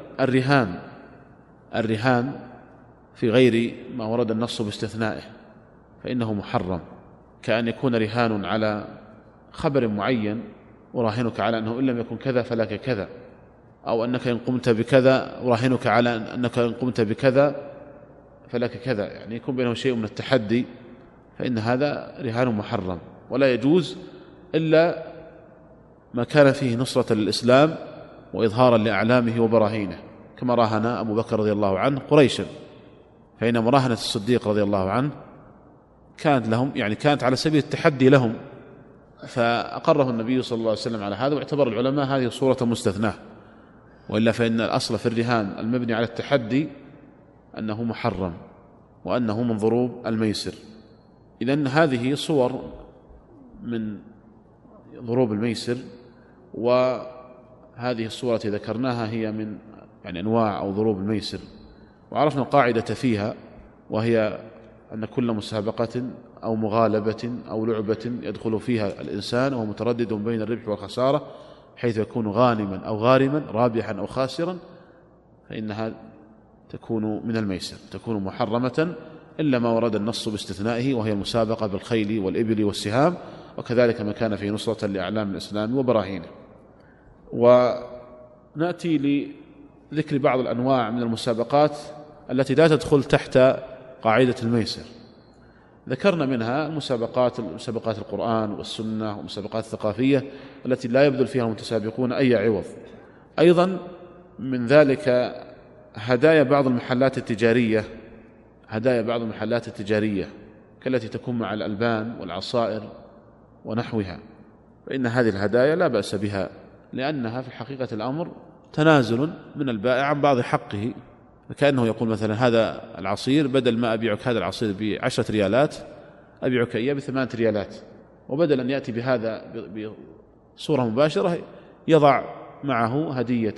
الرهان في غير ما ورد النص باستثنائه فإنه محرم، كأن يكون رهان على خبر معين أراهنك على أنه إن لم يكن كذا فلك كذا، أو أنك إن قمت بكذا أراهنك على أنك إن قمت بكذا فلك كذا، يعني يكون بينه شيء من التحدي، فإن هذا رهان محرم ولا يجوز إلا ما كان فيه نصرة للإسلام وإظهارا لأعلامه وبراهينه، كما راهن أبو بكر رضي الله عنه قريشا، فإن مراهنة الصديق رضي الله عنه كانت على سبيل التحدي لهم، فأقره النبي صلى الله عليه وسلم على هذا، واعتبر العلماء هذه صورة مستثناة، وإلا فإن الأصل في الرهان المبني على التحدي أنه محرم وأنه من ضروب الميسر. إذن هذه صور من ضروب الميسر، وهذه الصورة التي ذكرناها هي من أنواع أو ضروب الميسر. وعرفنا القاعدة فيها، وهي أن كل مسابقة أو مغالبة أو لعبة يدخل فيها الإنسان وهو متردد بين الربح والخسارة، حيث يكون غانما أو غارما، رابحا أو خاسرا، فإنها تكون من الميسر، تكون محرمة إلا ما ورد النص باستثنائه، وهي المسابقة بالخيل والإبل والسهام، وكذلك ما كان فيه نصرة لأعلام الإسلام وبراهينه. ونأتي لذكر بعض الأنواع من المسابقات التي لا تدخل تحت قاعدة الميسر. ذكرنا منها مسابقات القرآن والسنة والمسابقات الثقافية التي لا يبذل فيها المتسابقون أي عوض. أيضا من ذلك هدايا بعض المحلات التجارية كالتي تكون مع الألبان والعصائر ونحوها، فإن هذه الهدايا لا بأس بها، لأنها في حقيقة الأمر تنازل من البائع عن بعض حقه. كأنه يقول مثلا هذا العصير بدل ما أبيعك هذا العصير ب10 ريالات أبيعك إياه ب8 ريالات، وبدل أن يأتي بهذا بصورة مباشرة يضع معه هدية.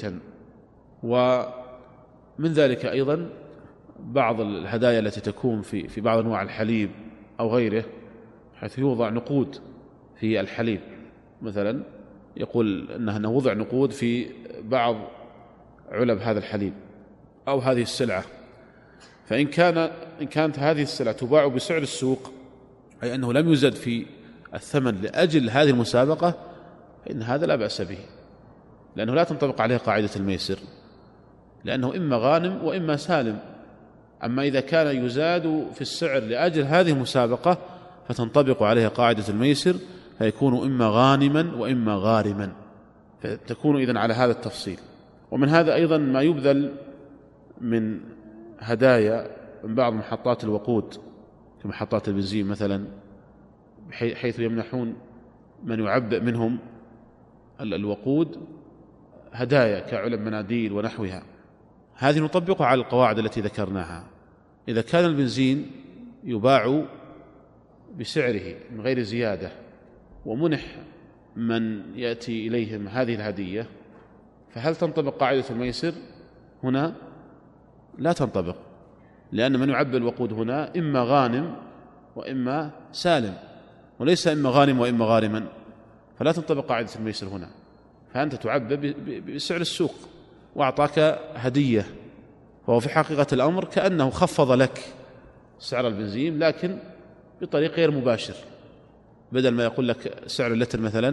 ومن ذلك أيضا بعض الهدايا التي تكون في بعض أنواع الحليب أو غيره، حيث يوضع نقود في الحليب، مثلا يقول أنه وضع نقود في بعض علب هذا الحليب أو هذه السلعة، فإن كانت هذه السلعة تباع بسعر السوق، أي أنه لم يزد في الثمن لأجل هذه المسابقة، فإن هذا لا بأس به، لأنه لا تنطبق عليه قاعدة الميسر، لأنه إما غانم وإما سالم. أما إذا كان يزاد في السعر لأجل هذه المسابقة فتنطبق عليه قاعدة الميسر، فيكون إما غانما وإما غارما، فتكون إذن على هذا التفصيل. ومن هذا أيضا ما يبذل من هدايا من بعض محطات الوقود كمحطات البنزين مثلا، حيث يمنحون من يعبئ منهم الوقود هدايا كعلب مناديل ونحوها. هذه نطبقها على القواعد التي ذكرناها. إذا كان البنزين يباع بسعره من غير زيادة ومنح من يأتي إليهم هذه الهدية، فهل تنطبق قاعدة الميسر؟ هنا لا تنطبق، لأن من يعبئ الوقود هنا إما غانم وإما سالم، وليس إما غانم وإما غارما، فلا تنطبق قاعدة الميسر هنا. فأنت تعبئ بسعر السوق وأعطاك هدية، فهو في حقيقة الأمر كأنه خفض لك سعر البنزين لكن بطريق غير مباشر. بدل ما يقول لك سعر اللتر مثلا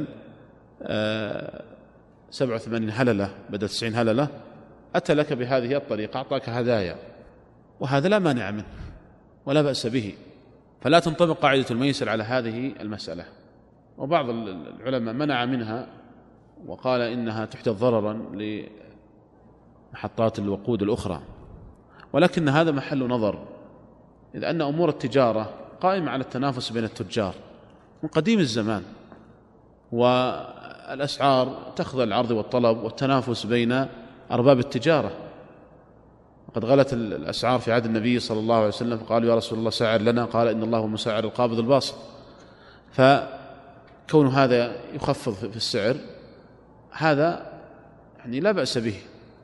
87 هللة بدل 90 هللة، أتى لك بهذه الطريقة، أعطاك هدايا، وهذا لا مانع منه ولا بأس به، فلا تنطبق قاعدة الميسر على هذه المسألة. وبعض العلماء منع منها وقال إنها تحدث ضررا لمحطات الوقود الأخرى، ولكن هذا محل نظر، إذ أن أمور التجارة قائمة على التنافس بين التجار من قديم الزمان، والأسعار تخضع العرض والطلب والتنافس بين أرباب التجارة. وقد غلت الأسعار في عهد النبي صلى الله عليه وسلم، فقالوا يا رسول الله سعر لنا، قال إن الله هو المسعر القابض الباسط. فكون هذا يخفض في السعر هذا يعني لا بأس به،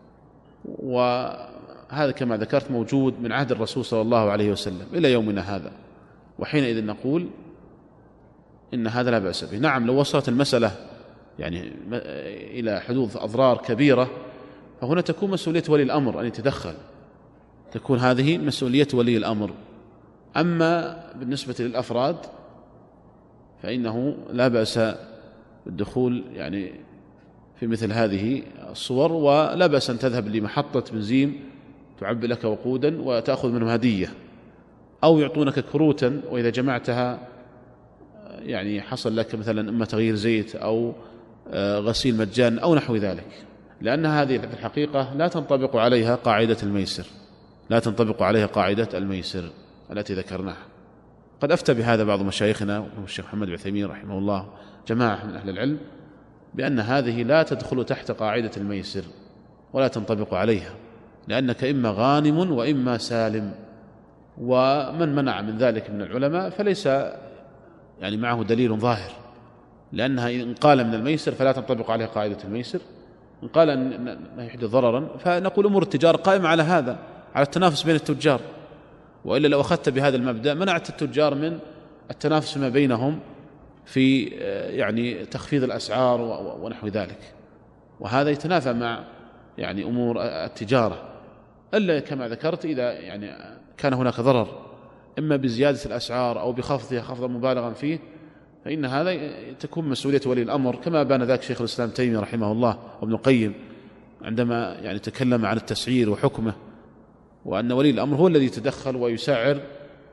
وهذا كما ذكرت موجود من عهد الرسول صلى الله عليه وسلم إلى يومنا هذا، وحينئذ نقول إن هذا لا بأس به. نعم لو وصلت المسألة يعني إلى حدوث أضرار كبيرة، فهنا تكون مسؤولية ولي الأمر أن يتدخل، تكون هذه مسؤولية ولي الأمر. أما بالنسبة للأفراد فإنه لا بأس بالدخول يعني في مثل هذه الصور، ولا بأس أن تذهب لمحطة بنزين تعبئ لك وقودا وتأخذ منهم هدية، أو يعطونك كروتا وإذا جمعتها يعني حصل لك مثلا إما تغيير زيت أو غسيل مجان أو نحو ذلك، لأن هذه في الحقيقة لا تنطبق عليها قاعدة الميسر، لا تنطبق عليها قاعدة الميسر التي ذكرناها. قد أفتى بهذا بعض مشايخنا وهو الشيخ محمد بن عثيمين رحمه الله جماعة من أهل العلم بأن هذه لا تدخل تحت قاعدة الميسر ولا تنطبق عليها، لأنك إما غانم وإما سالم. ومن منع من ذلك من العلماء فليس يعني معه دليل ظاهر، لأنها إن قال من الميسر فلا تنطبق عليها قاعدة الميسر، إن قال أنه يحدث ضررا فنقول أمور التجارة قائمة على هذا، على التنافس بين التجار، وإلا لو أخذت بهذا المبدأ منعت التجار من التنافس ما بينهم في يعني تخفيض الأسعار ونحو ذلك، وهذا يتنافى مع يعني أمور التجارة، إلا كما ذكرت إذا يعني كان هناك ضرر إما بزيادة الأسعار أو بخفضها خفضا مبالغا فيه، فإن هذا تكون مسؤولية ولي الأمر، كما بان ذاك شيخ الإسلام تيمية رحمه الله وابن القيم عندما يعني تكلم عن التسعير وحكمه، وأن ولي الأمر هو الذي يتدخل ويسعر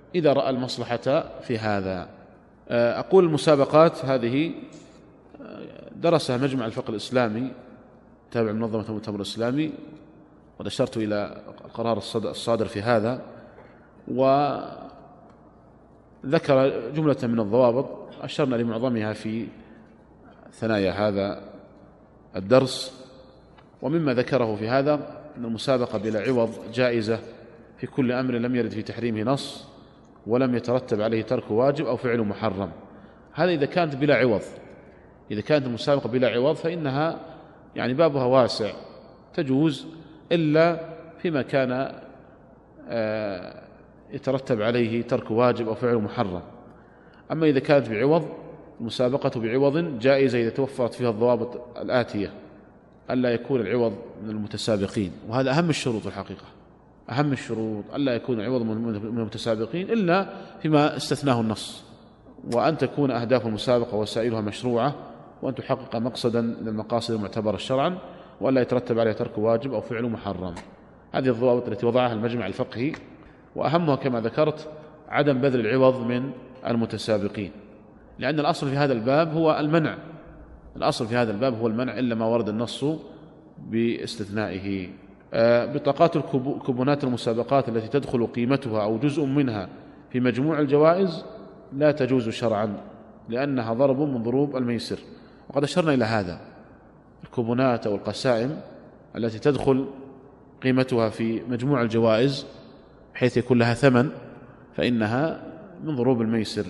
إذا رأى المصلحة في هذا. أقول المسابقات هذه درسها مجمع الفقه الإسلامي تابع منظمة المؤتمر الإسلامي، وقد أشرت إلى القرار الصادر في هذا، وذكر جملة من الضوابط أشرنا لمعظمها في ثنايا هذا الدرس. ومما ذكره في هذا أن المسابقة بلا عوض جائزة في كل أمر لم يرد في تحريمه نص ولم يترتب عليه ترك واجب أو فعل محرم. هذا إذا كانت بلا عوض. إذا كانت المسابقة بلا عوض فإنها يعني بابها واسع، تجوز إلا فيما كان يترتب عليه ترك واجب أو فعل محرم. أما إذا كانت بعوض، المسابقة بعوض جائزة إذا توفرت فيها الضوابط الآتية: ألا يكون العوض من المتسابقين، وهذا أهم الشروط الحقيقة، أهم الشروط ألا يكون العوض من المتسابقين إلا فيما استثناه النص، وأن تكون أهداف المسابقة وسائلها مشروعة، وأن تحقق مقصدا من المقاصد المعتبرة شرعا، وألا يترتب عليها ترك واجب أو فعل محرم. هذه الضوابط التي وضعها المجمع الفقهي، وأهمها كما ذكرت عدم بذل العوض من المتسابقين، لأن الأصل في هذا الباب هو المنع. الأصل في هذا الباب هو المنع إلا ما ورد النص باستثنائه. بطاقات الكوبونات المسابقات التي تدخل قيمتها أو جزء منها في مجموع الجوائز لا تجوز شرعا، لأنها ضرب من ضروب الميسر، وقد أشرنا إلى هذا. الكوبونات أو القسائم التي تدخل قيمتها في مجموع الجوائز بحيث يكون لها ثمن فإنها من ضروب الميسر.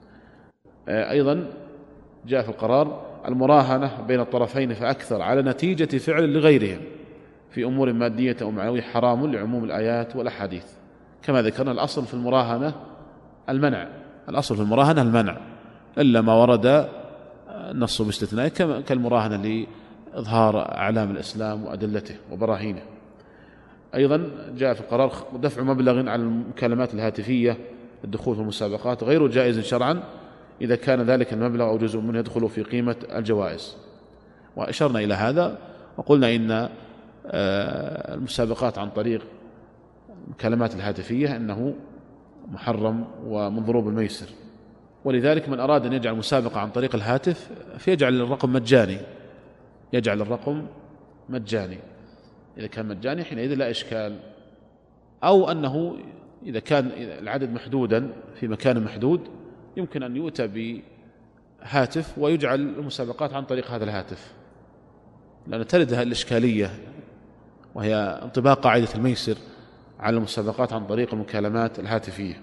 أيضا جاء في القرار المراهنة بين الطرفين فأكثر على نتيجة فعل لغيرهم في أمور مادية أو معنوية حرام لعموم الآيات والأحاديث. كما ذكرنا الأصل في المراهنة المنع، الأصل في المراهنة المنع إلا ما ورد النص باستثناء، كالمراهنة لإظهار أعلام الإسلام وأدلته وبراهينه. أيضا جاء في القرار دفع مبلغ على المكالمات الهاتفية الدخول في المسابقات غير جائز شرعا إذا كان ذلك المبلغ أو جزء منه يدخل في قيمة الجوائز. وأشرنا إلى هذا وقلنا إن المسابقات عن طريق المكالمات الهاتفية أنه محرم ومن ضروب الميسر، ولذلك من أراد أن يجعل مسابقة عن طريق الهاتف فيجعل الرقم مجاني، يجعل الرقم مجاني. إذا كان مجاني حينئذ لا إشكال، أو أنه إذا كان العدد محدودا في مكان محدود يمكن أن يؤتى بهاتف ويجعل المسابقات عن طريق هذا الهاتف، لأن تردها الإشكالية وهي انطباق قاعدة الميسر على المسابقات عن طريق المكالمات الهاتفية.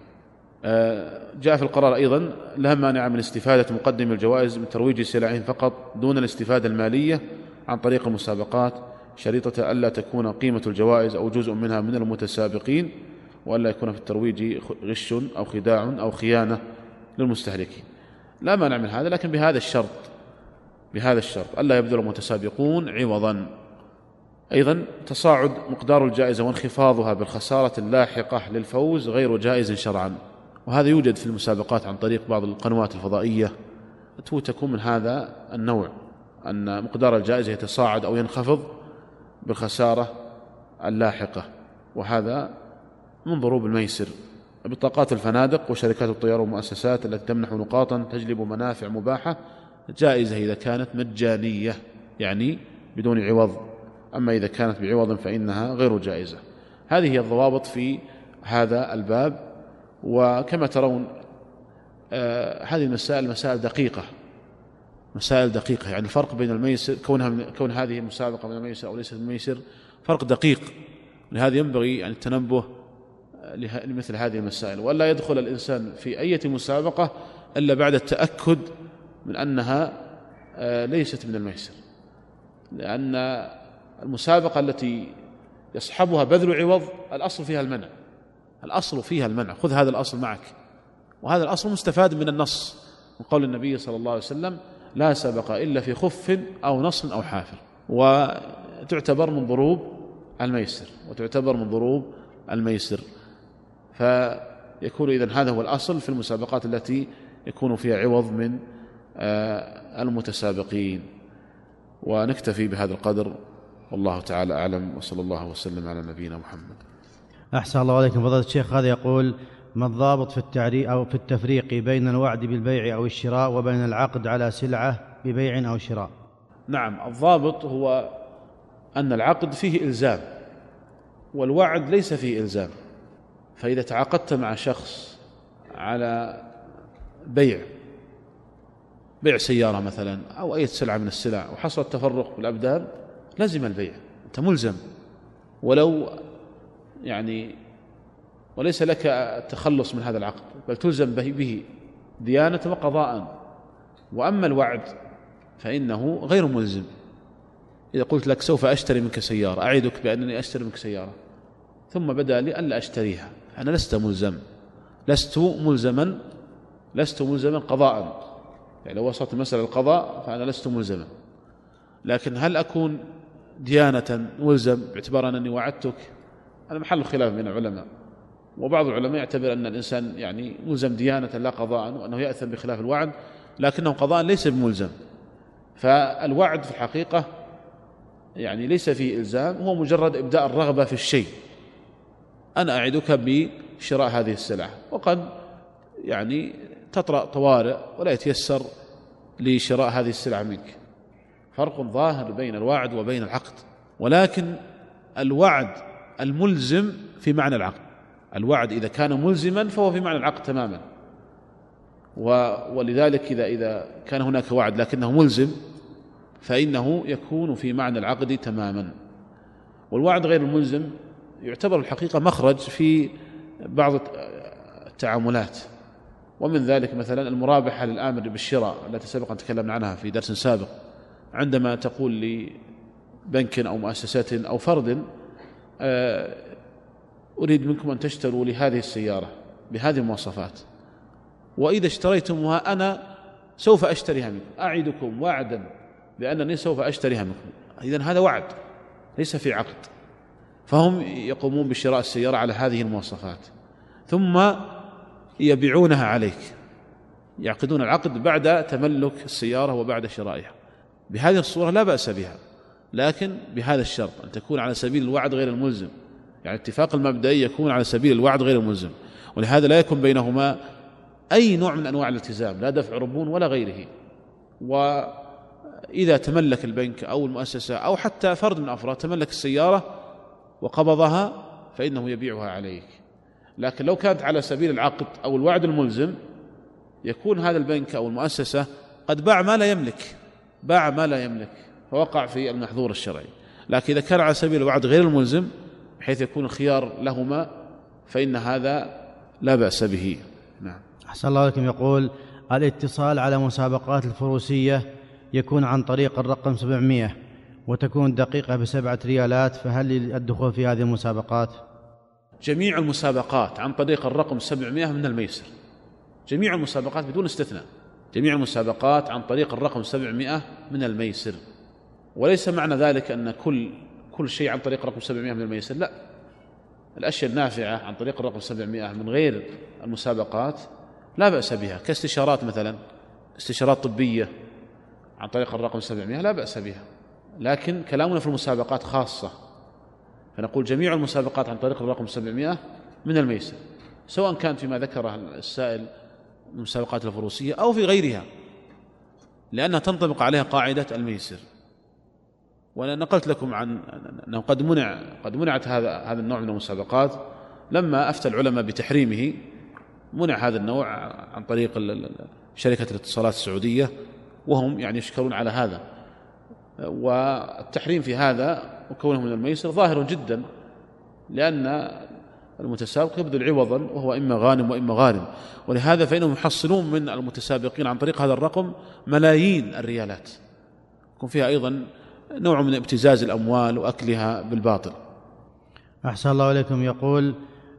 جاء في القرار أيضا لا مانع من استفادة مقدم الجوائز من ترويج سلعهم فقط دون الاستفادة المالية عن طريق المسابقات، شريطة ألا تكون قيمة الجوائز أو جزء منها من المتسابقين، وألا يكون في الترويج غش أو خداع أو خيانة للمستهلكين. لا مانع من هذا، لكن بهذا الشرط ألا يبذل المتسابقون عوضا. أيضا تصاعد مقدار الجائزة وانخفاضها بالخسارة اللاحقة للفوز غير جائز شرعا، وهذا يوجد في المسابقات عن طريق بعض القنوات الفضائية تكون من هذا النوع، أن مقدار الجائزة يتصاعد أو ينخفض بالخسارة اللاحقة، وهذا من ضروب الميسر. بطاقات الفنادق وشركات الطيران والمؤسسات التي تمنح نقاطا تجلب منافع مباحة جائزة إذا كانت مجانية يعني بدون عوض، أما إذا كانت بعوض فإنها غير جائزة. هذه هي الضوابط في هذا الباب. وكما ترون هذه المسائل مسائل دقيقة، يعني الفرق بين الميسر كون هذه المسابقة من الميسر أو ليست من الميسر فرق دقيق، لهذا ينبغي يعني التنبه لمثل هذه المسائل، ولا يدخل الإنسان في أي مسابقة إلا بعد التأكد من أنها ليست من الميسر، لأن المسابقة التي يصحبها بذل عوض الأصل فيها المنع، خذ هذا الأصل معك، وهذا الأصل مستفاد من النص من قول النبي صلى الله عليه وسلم لا سبق إلا في خف أو نصل أو حافر، وتعتبر من ضروب الميسر فيكون إذن هذا هو الأصل في المسابقات التي يكون فيها عوض من المتسابقين. ونكتفي بهذا القدر، والله تعالى أعلم، وصلى الله وسلم على نبينا محمد. أحسن الله عليكم فضيلة الشيخ. هذا يقول ما الضابط في التعريف أو في التفريق بين الوعد بالبيع أو الشراء وبين العقد على سلعة ببيع أو شراء؟ نعم، الضابط هو أن العقد فيه إلزام والوعد ليس فيه إلزام. فإذا تعاقدت مع شخص على بيع سيارة مثلا أو أي سلعة من السلع وحصل التفرق بالأبدان، لازم البيع، أنت ملزم، ولو وليس لك التخلص من هذا العقد، بل تلزم به ديانة وقضاء. وأما الوعد فإنه غير ملزم. إذا قلت لك سوف أشتري منك سيارة، أعدك بأنني أشتري منك سيارة، ثم بدأ لي ألا أشتريها، أنا لست ملزما قضاء. يعني لو وصلت المسألة القضاء فأنا لست ملزما. لكن هل أكون ديانة ملزم باعتبار أنني وعدتك؟ هذا محل خلاف بين العلماء، وبعض العلماء يعتبر أن الإنسان ملزم ديانة لا قضاء، وأنه يأثم بخلاف الوعد، لكنه قضاء ليس بملزم. فالوعد في الحقيقة ليس فيه إلزام، هو مجرد إبداء الرغبة في الشيء. أنا أعدك بشراء هذه السلعة، وقد تطرأ طوارئ ولا يتيسر لشراء هذه السلعة منك. فرق ظاهر بين الوعد وبين العقد، ولكن الوعد الملزم في معنى العقد. الوعد إذا كان ملزما فهو في معنى العقد تماما، ولذلك إذا كان هناك وعد لكنه ملزم فإنه يكون في معنى العقد تماما. والوعد غير الملزم يعتبر الحقيقة مخرج في بعض التعاملات، ومن ذلك مثلا المرابحة للآمر بالشراء التي سبق أن تكلمنا عنها في درس سابق. عندما تقول لبنك أو مؤسسة أو فرد أريد منكم أن تشتروا لهذه السيارة بهذه المواصفات، وإذا اشتريتموها أنا سوف أشتريها منكم، أعدكم وعدا بأنني سوف أشتريها منكم. إذن هذا وعد ليس في عقد. فهم يقومون بشراء السيارة على هذه المواصفات ثم يبيعونها عليك، يعقدون العقد بعد تملك السيارة وبعد شرائها. بهذه الصورة لا بأس بها، لكن بهذا الشرط أن تكون على سبيل الوعد غير الملزم. اتفاق المبدئي يكون على سبيل الوعد غير الملزم، ولهذا لا يكون بينهما أي نوع من أنواع الالتزام، لا دفع ربون ولا غيره. وإذا تملك البنك أو المؤسسة أو حتى فرد من أفراد تملك السيارة وقبضها فإنه يبيعها عليك. لكن لو كانت على سبيل العقد أو الوعد الملزم يكون هذا البنك أو المؤسسة قد باع ما لا يملك فوقع في المحظور الشرعي. لكن إذا كان على سبيل الوعد غير الملزم بحيث يكون الخيار لهما فإن هذا لا بأس به. نعم. أحسن الله لكم. يقول: الاتصال على مسابقات الفروسية يكون عن طريق الرقم 700 وتكون دقيقة ب7 ريالات، فهل الدخول في هذه المسابقات؟ جميع المسابقات عن طريق الرقم 700 من الميسر، جميع المسابقات بدون استثناء، جميع المسابقات عن طريق الرقم 700 من الميسر. وليس معنى ذلك أن كل شيء عن طريق الرقم 700 من الميسر، لا، الأشياء النافعة عن طريق الرقم 700 من غير المسابقات لا بأس بها، كاستشارات مثلا، استشارات طبية عن طريق الرقم 700 لا بأس بها. لكن كلامنا في المسابقات خاصة، فنقول جميع المسابقات عن طريق الرقم 700 من الميسر، سواء كان فيما ذكره السائل من المسابقات الفروسية أو في غيرها، لأنها تنطبق عليها قاعدة الميسر. وأنا نقلت لكم عن أنه قد منعت هذا النوع من المسابقات لما أفتى العلماء بتحريمه. منع هذا النوع عن طريق شركة الاتصالات السعودية، وهم يشكرون على هذا. والتحريم في هذا وكونه من الميسر ظاهر جدا، لأن المتسابق يبذل عوضا وهو إما غانم وإما غارم، ولهذا فإنهم يحصلون من المتسابقين عن طريق هذا الرقم ملايين الريالات، يكون فيها أيضا نوع من ابتزاز الأموال وأكلها بالباطل. أحسن الله إليكم. يقول: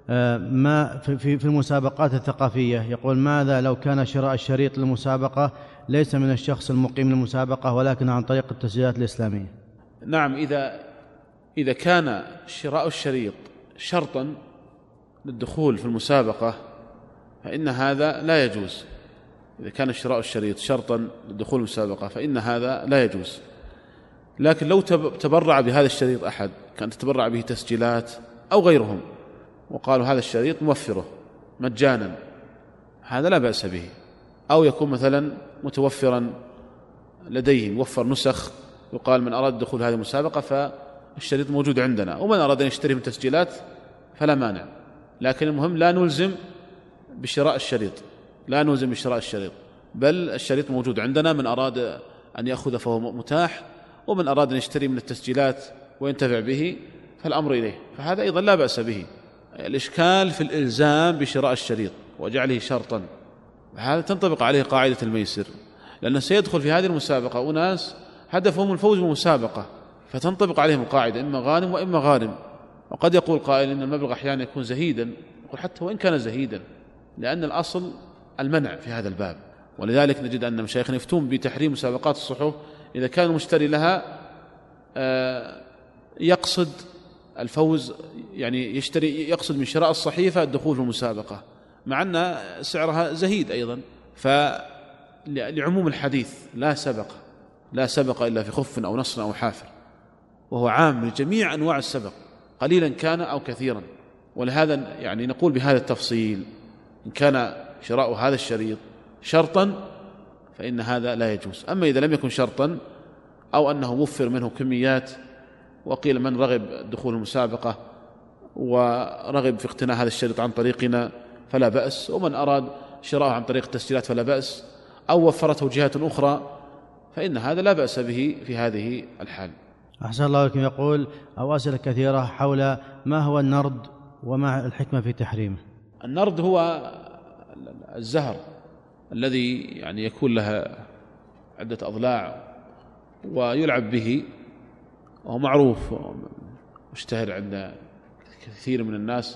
ما في المسابقات الثقافية، يقول: ماذا لو كان شراء الشريط للمسابقة ليس من الشخص المقيم للمسابقة ولكن عن طريق التسجيلات الإسلامية؟ نعم، إذا كان شراء الشريط شرطا للدخول في المسابقة فإن هذا لا يجوز. إذا كان شراء الشريط شرطا للدخول في المسابقة فإن هذا لا يجوز. لكن لو تبرع بهذا الشريط أحد، كان تتبرع به تسجيلات أو غيرهم، وقالوا هذا الشريط موفره مجانا، هذا لا بأس به. أو يكون مثلا متوفرا لديه، يوفر نسخ، يقال من أراد دخول هذه المسابقة فالشريط موجود عندنا، ومن أراد أن يشتري من تسجيلات فلا مانع. لكن المهم لا نلزم بشراء الشريط، لا نلزم بشراء الشريط، بل الشريط موجود عندنا، من أراد أن يأخذ فهو متاح، ومن أراد أن يشتري من التسجيلات وينتفع به فالأمر إليه، فهذا أيضا لا بأس به. الإشكال في الإلزام بشراء الشريط وجعله شرطا، هذا تنطبق عليه قاعدة الميسر، لأنه سيدخل في هذه المسابقة أناس هدفهم الفوز بالمسابقة، فتنطبق عليهم القاعدة إما غانم وإما غارم. وقد يقول قائل إن المبلغ أحيانا يكون زهيدا، يقول حتى وإن كان زهيدا، لأن الأصل المنع في هذا الباب. ولذلك نجد أن مشايخنا يفتون بتحريم مسابقات الصحف إذا كان المشتري لها يقصد الفوز، يعني يقصد من شراء الصحيفة الدخول في المسابقة، مع أن سعرها زهيد أيضا. فلعموم الحديث لا سبق إلا في خف أو نصر أو حافر، وهو عام لجميع أنواع السبق قليلا كان أو كثيرا. ولهذا يعني نقول بهذا التفصيل: إن كان شراء هذا الشريط شرطا فإن هذا لا يجوز. أما إذا لم يكن شرطا، أو أنه وفر منه كميات، وقيل من رغب دخول المسابقة ورغب في اقتناء هذا الشريط عن طريقنا فلا بأس، ومن أراد شراءه عن طريق التسجيلات فلا بأس، أو وفرته جهات أخرى، فإن هذا لا بأس به في هذه الحال. أحسن الله لكم. يقول أو أسئلة كثيرة حول ما هو النرد وما الحكمة في تحريمه. النرد هو الزهر الذي يعني يكون لها عدة أضلاع ويلعب به، وهو معروف مشتهر عند كثير من الناس،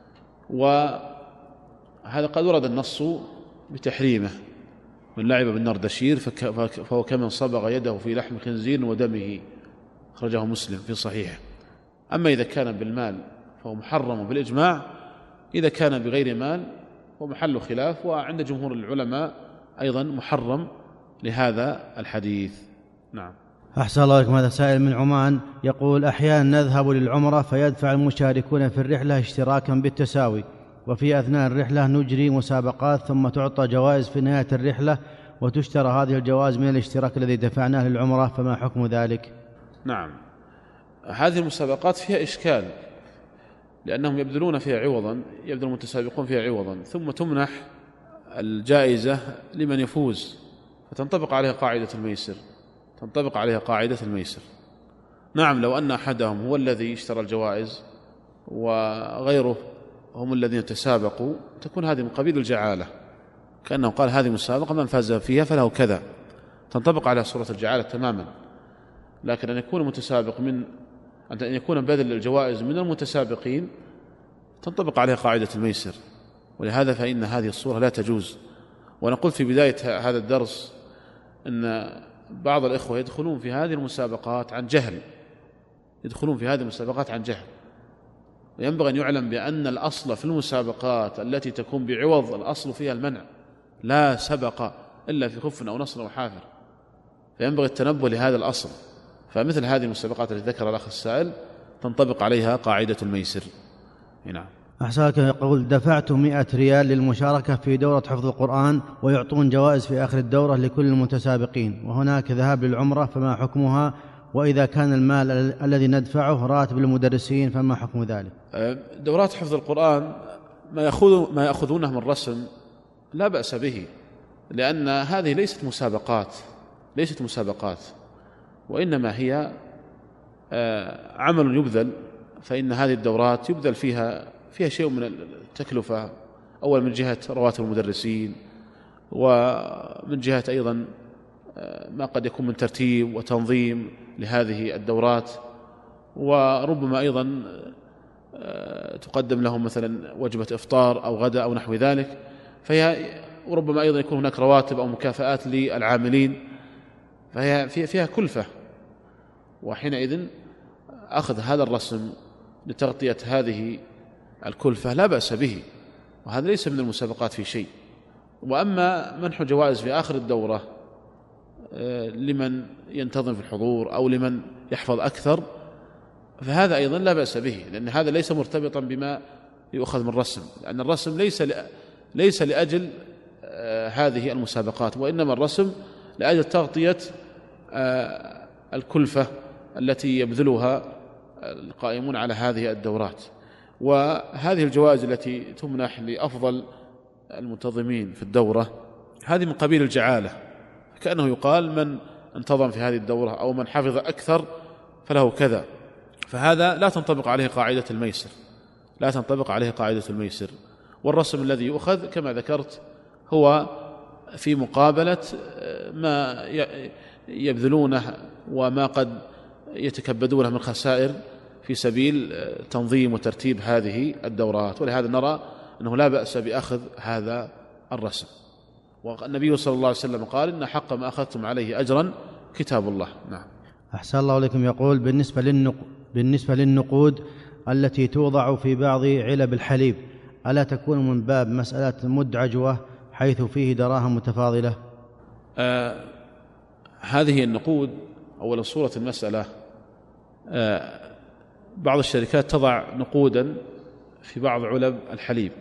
وهذا قد ورد النص بتحريمه: من لعب بالنردشير فهو كمن صبغ يده في لحم خنزير ودمه، أخرجه مسلم في صحيحه. أما إذا كان بالمال فهو محرم بالإجماع، إذا كان بغير مال هو محل خلاف، وعند جمهور العلماء أيضا محرم لهذا الحديث. نعم. أحسن الله لكم. هذا سائل من عمان يقول: أحيانا نذهب للعمرة فيدفع المشاركون في الرحلة اشتراكا بالتساوي، وفي أثناء الرحلة نجري مسابقات ثم تعطى جوائز في نهاية الرحلة، وتشترى هذه الجوائز من الاشتراك الذي دفعناه للعمرة، فما حكم ذلك؟ نعم، هذه المسابقات فيها إشكال، لأنهم يبذلون فيها عوضا، يبذل المتسابقون فيها عوضا، ثم تمنح الجائزة لمن يفوز، فتنطبق عليها قاعدة الميسر. نعم، لو أن أحدهم هو الذي اشترى الجوائز وغيره هم الذين تسابقوا، تكون هذه من قبيل الجعالة، كأنه قال هذه مسابقة من فاز فيها فله كذا، تنطبق على صورة الجعالة تماما. لكن أن يكون بذل الجوائز من المتسابقين تنطبق عليها قاعدة الميسر، ولهذا فإن هذه الصورة لا تجوز. ونقول في بداية هذا الدرس أن بعض الإخوة يدخلون في هذه المسابقات عن جهل، وينبغي أن يعلم بأن الأصل في المسابقات التي تكون بعوض الأصل فيها المنع، لا سبق إلا في خف أو نصر أو حافر، فينبغي التنبه لهذا الأصل. فمثل هذه المسابقات التي ذكر الأخ السائل تنطبق عليها قاعدة الميسر. نعم. أحسنك. يقول: دفعت 100 ريال للمشاركة في دورة حفظ القرآن، ويعطون جوائز في آخر الدورة لكل المتسابقين، وهناك ذهاب للعمرة، فما حكمها؟ وإذا كان المال الذي ندفعه راتب المدرسين فما حكم ذلك؟ دورات حفظ القرآن ما يأخذونه من رسم لا بأس به، لأن هذه ليست مسابقات، وإنما هي عمل يبذل. فإن هذه الدورات يبذل فيها شيء من التكلفة، أول من جهة رواتب المدرسين، ومن جهة أيضا ما قد يكون من ترتيب وتنظيم لهذه الدورات، وربما أيضا تقدم لهم مثلا وجبة إفطار أو غداء أو نحو ذلك، وربما أيضا يكون هناك رواتب أو مكافآت للعاملين، فهي فيها كلفة. وحينئذ أخذ هذا الرسم لتغطية هذه الكلفة لا بأس به، وهذا ليس من المسابقات في شيء. وأما منح جوائز في آخر الدورة لمن ينتظم في الحضور أو لمن يحفظ أكثر، فهذا أيضا لا بأس به، لأن هذا ليس مرتبطا بما يؤخذ من الرسم، لأن الرسم ليس لأجل هذه المسابقات، وإنما الرسم لأجل تغطية الكلفة التي يبذلها القائمون على هذه الدورات. وهذه الجوائز التي تمنح لأفضل المنتظمين في الدورة هذه من قبيل الجعالة، كأنه يقال من انتظم في هذه الدورة أو من حفظ أكثر فله كذا، فهذا لا تنطبق عليه قاعدة الميسر، لا تنطبق عليه قاعدة الميسر. والرسم الذي يؤخذ كما ذكرت هو في مقابلة ما يبذلونه وما قد يتكبدونه من خسائر في سبيل تنظيم وترتيب هذه الدورات، ولهذا نرى أنه لا بأس بأخذ هذا الرسم. والنبي صلى الله عليه وسلم قال إن حق ما أخذتم عليه أجرا كتاب الله. نعم. أحسن الله إليكم. يقول بالنسبة للنقود التي توضع في بعض علب الحليب ألا تكون من باب مسألة مد عجوة حيث فيه دراهم متفاضلة؟ هذه النقود أولا صورة المسألة، بعض الشركات تضع نقودا في بعض علب الحليب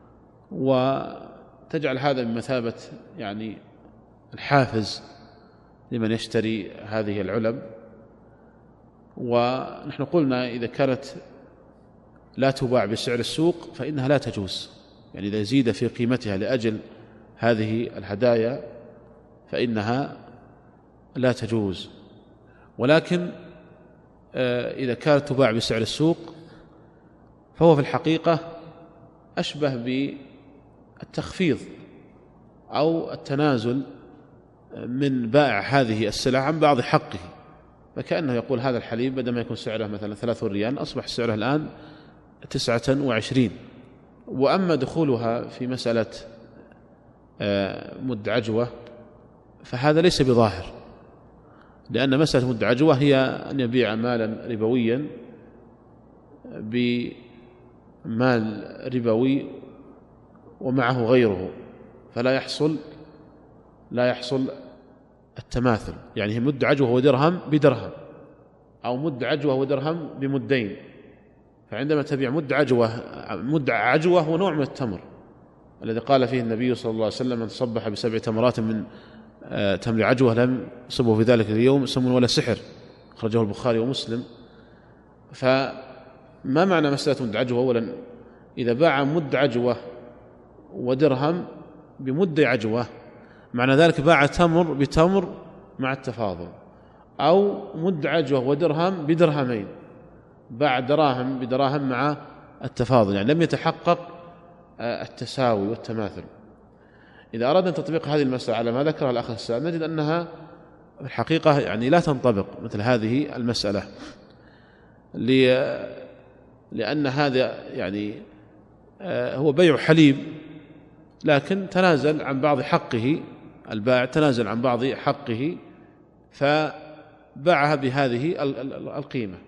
وتجعل هذا بمثابة يعني الحافز لمن يشتري هذه العلب. ونحن قلنا إذا كانت لا تباع بسعر السوق فإنها لا تجوز، يعني إذا زيد في قيمتها لأجل هذه الهدايا فإنها لا تجوز. ولكن إذا كانت تباع بسعر السوق فهو في الحقيقة أشبه بالتخفيض أو التنازل من بائع هذه السلع عن بعض حقه، فكأنه يقول هذا الحليب بدل ما يكون سعره مثلا 3 ريال أصبح سعره الآن 29. وأما دخولها في مسألة مد عجوة فهذا ليس بظاهر، لأن مسألة مد عجوة هي أن يبيع مالا ربويا بمال ربوي ومعه غيره، فلا يحصل التماثل، يعني هي مد عجوة ودرهم أو مد عجوة ودرهم بمدين. فعندما تبيع مد عجوة هو نوع من التمر الذي قال فيه النبي صلى الله عليه وسلم من تصبح ب7 تمرات من تمر عجوة لم يصبه في ذلك اليوم سم ولا سحر، أخرجه البخاري ومسلم. فما معنى مسألة مد عجوة؟ أولا إذا باع مد عجوة ودرهم بمد عجوة معنى ذلك باع تمر بتمر مع التفاضل، أو مد عجوة ودرهم بدرهمين، باع دراهم بدراهم مع التفاضل، يعني لم يتحقق التساوي والتماثل. إذا أردنا تطبيق هذه المسألة على ما ذكرها الأخ السائل نجد أنها في الحقيقة يعني لا تنطبق مثل هذه المسألة، لأن هذا يعني هو بيع حليب لكن تنازل عن بعض حقه، البائع تنازل عن بعض حقه فباعها بهذه القيمة،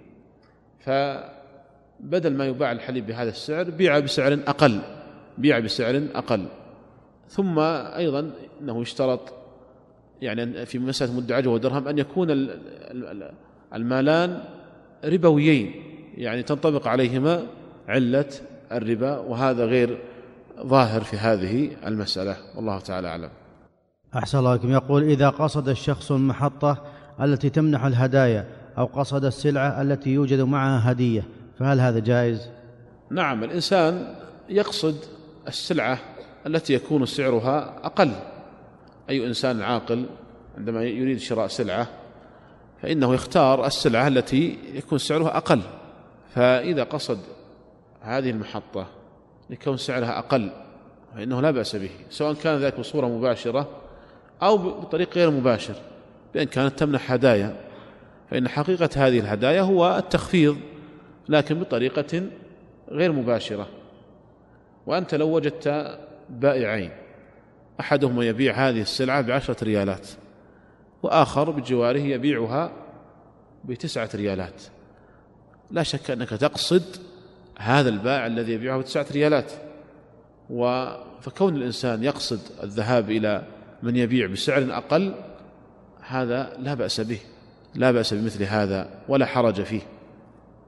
فبدل ما يباع الحليب بهذا السعر بيع بسعر أقل. ثم أيضا أنه يشترط يعني في مسألة مد عجوة ودرهم أن يكون المالان ربويين، يعني تنطبق عليهما علة الربا، وهذا غير ظاهر في هذه المسألة، والله تعالى أعلم. أحسن الله عليكم. يقول إذا قصد الشخص المحطة التي تمنح الهدايا أو قصد السلعة التي يوجد معها هدية فهل هذا جائز؟ نعم، الإنسان يقصد السلعة التي يكون سعرها أقل. أي إنسان عاقل عندما يريد شراء سلعة فإنه يختار السلعة التي يكون سعرها أقل، فإذا قصد هذه المحطة لكون سعرها أقل فإنه لا بأس به، سواء كان ذلك بصورة مباشرة أو بطريق غير مباشر، بأن كانت تمنح هدايا، فإن حقيقة هذه الهدايا هو التخفيض لكن بطريقة غير مباشرة. وأنت لو وجدت بائعين أحدهما يبيع هذه السلعة ب10 ريالات وآخر بجواره يبيعها ب9 ريالات، لا شك أنك تقصد هذا البائع الذي يبيعها ب9 ريالات، فكون الإنسان يقصد الذهاب إلى من يبيع بسعر أقل هذا لا بأس به، لا بأس بمثل هذا ولا حرج فيه. نعم.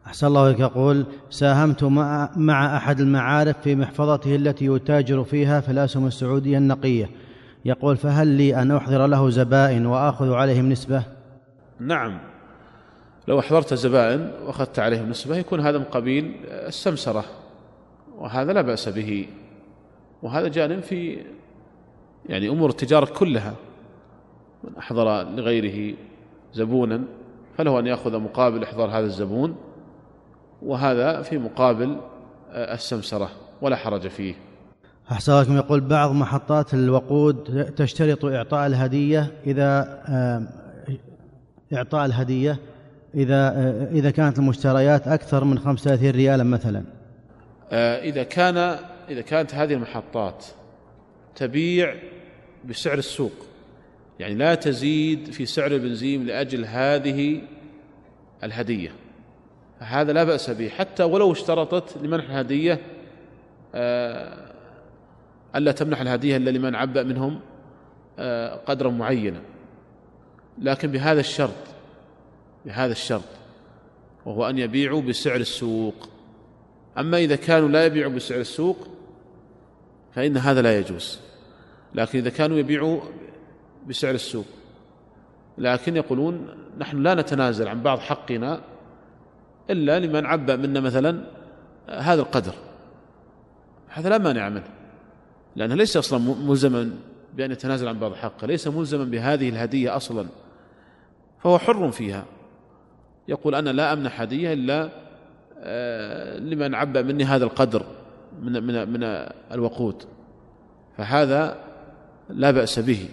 أحسن الله إليك. يقول: ساهمت مع أحد المعارف في محفظته التي يتاجر فيها في الأسهم السعودية النقية. يقول: فهل لي أن أحضر له زبائن وآخذ عليهم نسبة؟ نعم، لو أحضرت زبائن وأخذت عليهم نسبة يكون هذا من قبيل السمسرة، وهذا لا بأس به، وهذا جانب في يعني أمور التجارة كلها. من أحضر لغيره زبونا فله أن يأخذ مقابل إحضار هذا الزبون، وهذا في مقابل السمسرة ولا حرج فيه. أحسن الله إليكم. يقول: بعض محطات الوقود تشترط إعطاء الهدية إذا كانت المشتريات أكثر من 35 ريالا مثلا. إذا كانت هذه المحطات تبيع بسعر السوق، يعني لا تزيد في سعر البنزين لأجل هذه الهدية، فهذا لا بأس به، حتى ولو اشترطت لمنح الهدية ألا تمنح الهدية إلا لمن عبأ منهم قدرا معينا، لكن بهذا الشرط وهو أن يبيعوا بسعر السوق. أما إذا كانوا لا يبيعوا بسعر السوق فإن هذا لا يجوز، لكن إذا كانوا يبيعوا بسعر السوق لكن يقولون نحن لا نتنازل عن بعض حقنا إلا لمن عبأ منا مثلا هذا القدر، هذا لا مانع منه، لأنه ليس أصلا ملزما بأن يتنازل عن بعض حقه، ليس ملزما بهذه الهدية أصلا، فهو حر فيها. يقول: أنا لا أمنح هدية إلا لمن عبأ مني هذا القدر من الوقود، فهذا لا بأس به.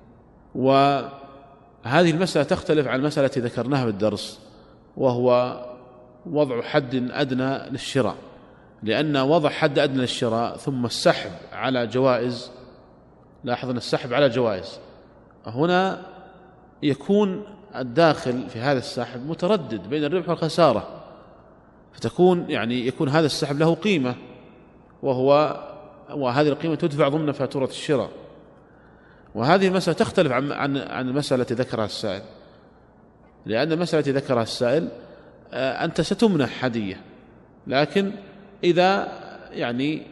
وهذه المسألة تختلف عن المسألة التي ذكرناها بالدرس، وهو وضع حد أدنى للشراء، لأن وضع حد أدنى للشراء ثم السحب على جوائز، لاحظ أن السحب على جوائز، هنا يكون الداخل في هذا السحب متردد بين الربح والخسارة، فتكون يعني يكون هذا السحب له قيمة، وهذه القيمة تدفع ضمن فاتورة الشراء. وهذه المسألة تختلف عن المسألة التي ذكرها السائل، لأن المسألة التي ذكرها السائل أنت ستمنح هدية، لكن إذا يعني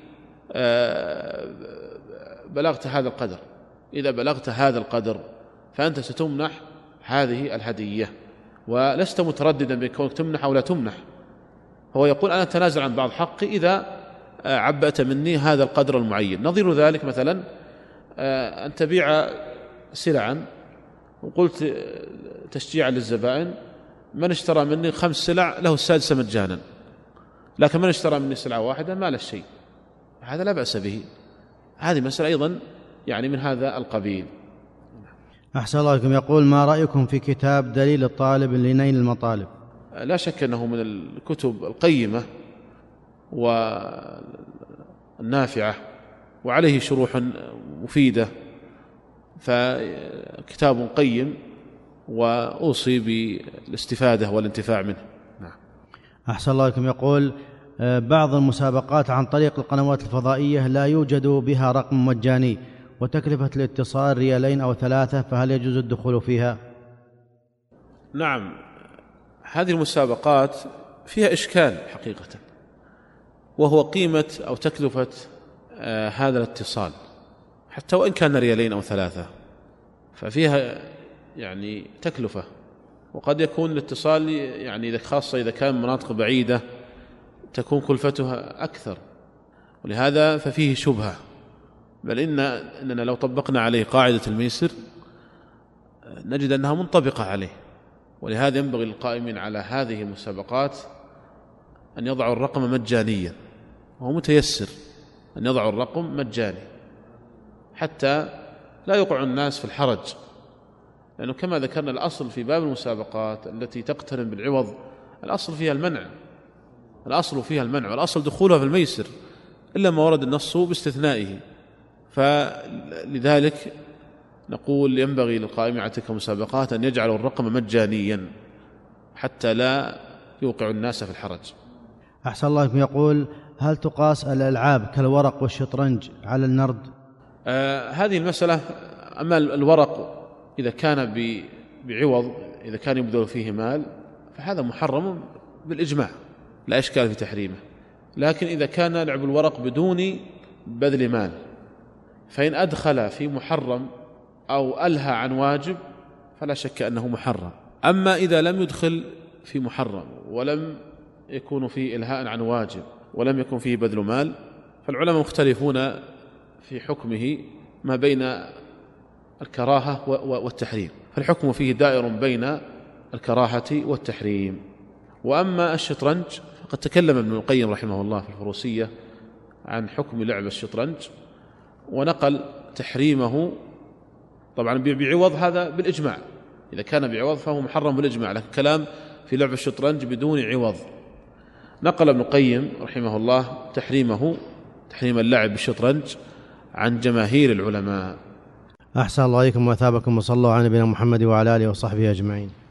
بلغت هذا القدر فأنت ستمنح هذه الهدية، ولست مترددا بين كونك تمنح أو لا تمنح. هو يقول: أنا أتنازل عن بعض حقي إذا عبأت مني هذا القدر المعين. نظير ذلك مثلا أن تبيع سلعا وقلت تشجيعا للزبائن: من اشترى مني 5 سلع له السادسة مجانا، لكن من اشترى مني سلعة واحدة ما له شيء، هذا لا بأس به. هذه مسألة أيضا يعني من هذا القبيل. أحسن الله إليكم. يقول: ما رأيكم في كتاب دليل الطالب لنيل المطالب؟ لا شك أنه من الكتب القيمة والنافعة وعليه شروح مفيدة، فكتاب قيم وأوصي بالاستفادة والانتفاع منه. نعم. أحسن الله إليكم. يقول: بعض المسابقات عن طريق القنوات الفضائية لا يوجد بها رقم مجاني وتكلفة الاتصال 2 أو 3 ريال، فهل يجوز الدخول فيها؟ نعم، هذه المسابقات فيها إشكال حقيقة، وهو قيمة أو تكلفة هذا الاتصال، حتى وإن كان 2 أو 3 ففيها يعني تكلفة، وقد يكون الاتصال يعني خاصة إذا كان مناطق بعيدة تكون كلفتها أكثر، ولهذا ففيه شبهة، بل إننا لو طبقنا عليه قاعدة الميسر نجد أنها منطبقة عليه. ولهذا ينبغي للقائمين على هذه المسابقات أن يضعوا الرقم مجانيا، وهو متيسر أن يضعوا الرقم مجاني حتى لا يقع الناس في الحرج، لأنه كما ذكرنا الأصل في باب المسابقات التي تقترن بالعوض الأصل فيها المنع، والأصل دخولها في الميسر إلا ما ورد النص باستثنائه. فلذلك نقول ينبغي للقائمين على تلك المسابقات أن يجعلوا الرقم مجانيا حتى لا يوقع الناس في الحرج. أحسن الله إليكم. يقول: هل تقاس الألعاب كالورق والشطرنج على النرد؟ هذه المسألة، أما الورق إذا كان بعوض، إذا كان يبذل فيه مال، فهذا محرم بالإجماع، لا إشكال في تحريمه. لكن إذا كان لعب الورق بدون بذل مال، فإن أدخل في محرم أو ألهى عن واجب فلا شك أنه محرم. أما إذا لم يدخل في محرم ولم يكون فيه إلهاء عن واجب ولم يكن فيه بذل مال، فالعلماء مختلفون في حكمه ما بين الكراهة والتحريم، فالحكم فيه دائر بين الكراهة والتحريم. وأما الشطرنج فقد تكلم ابن القيم رحمه الله في الفروسية عن حكم لعب الشطرنج ونقل تحريمه، طبعا بعوض هذا بالإجماع، إذا كان بعوض فهو محرم بالإجماع، لكن كلام في لعب الشطرنج بدون عوض. نقل ابن القيم رحمه الله تحريمه، تحريم اللعب بالشطرنج، عن جماهير العلماء. أحسن الله إليكم وأثابكم، وصلى الله على نبينا محمد وعلى آله وصحبه أجمعين.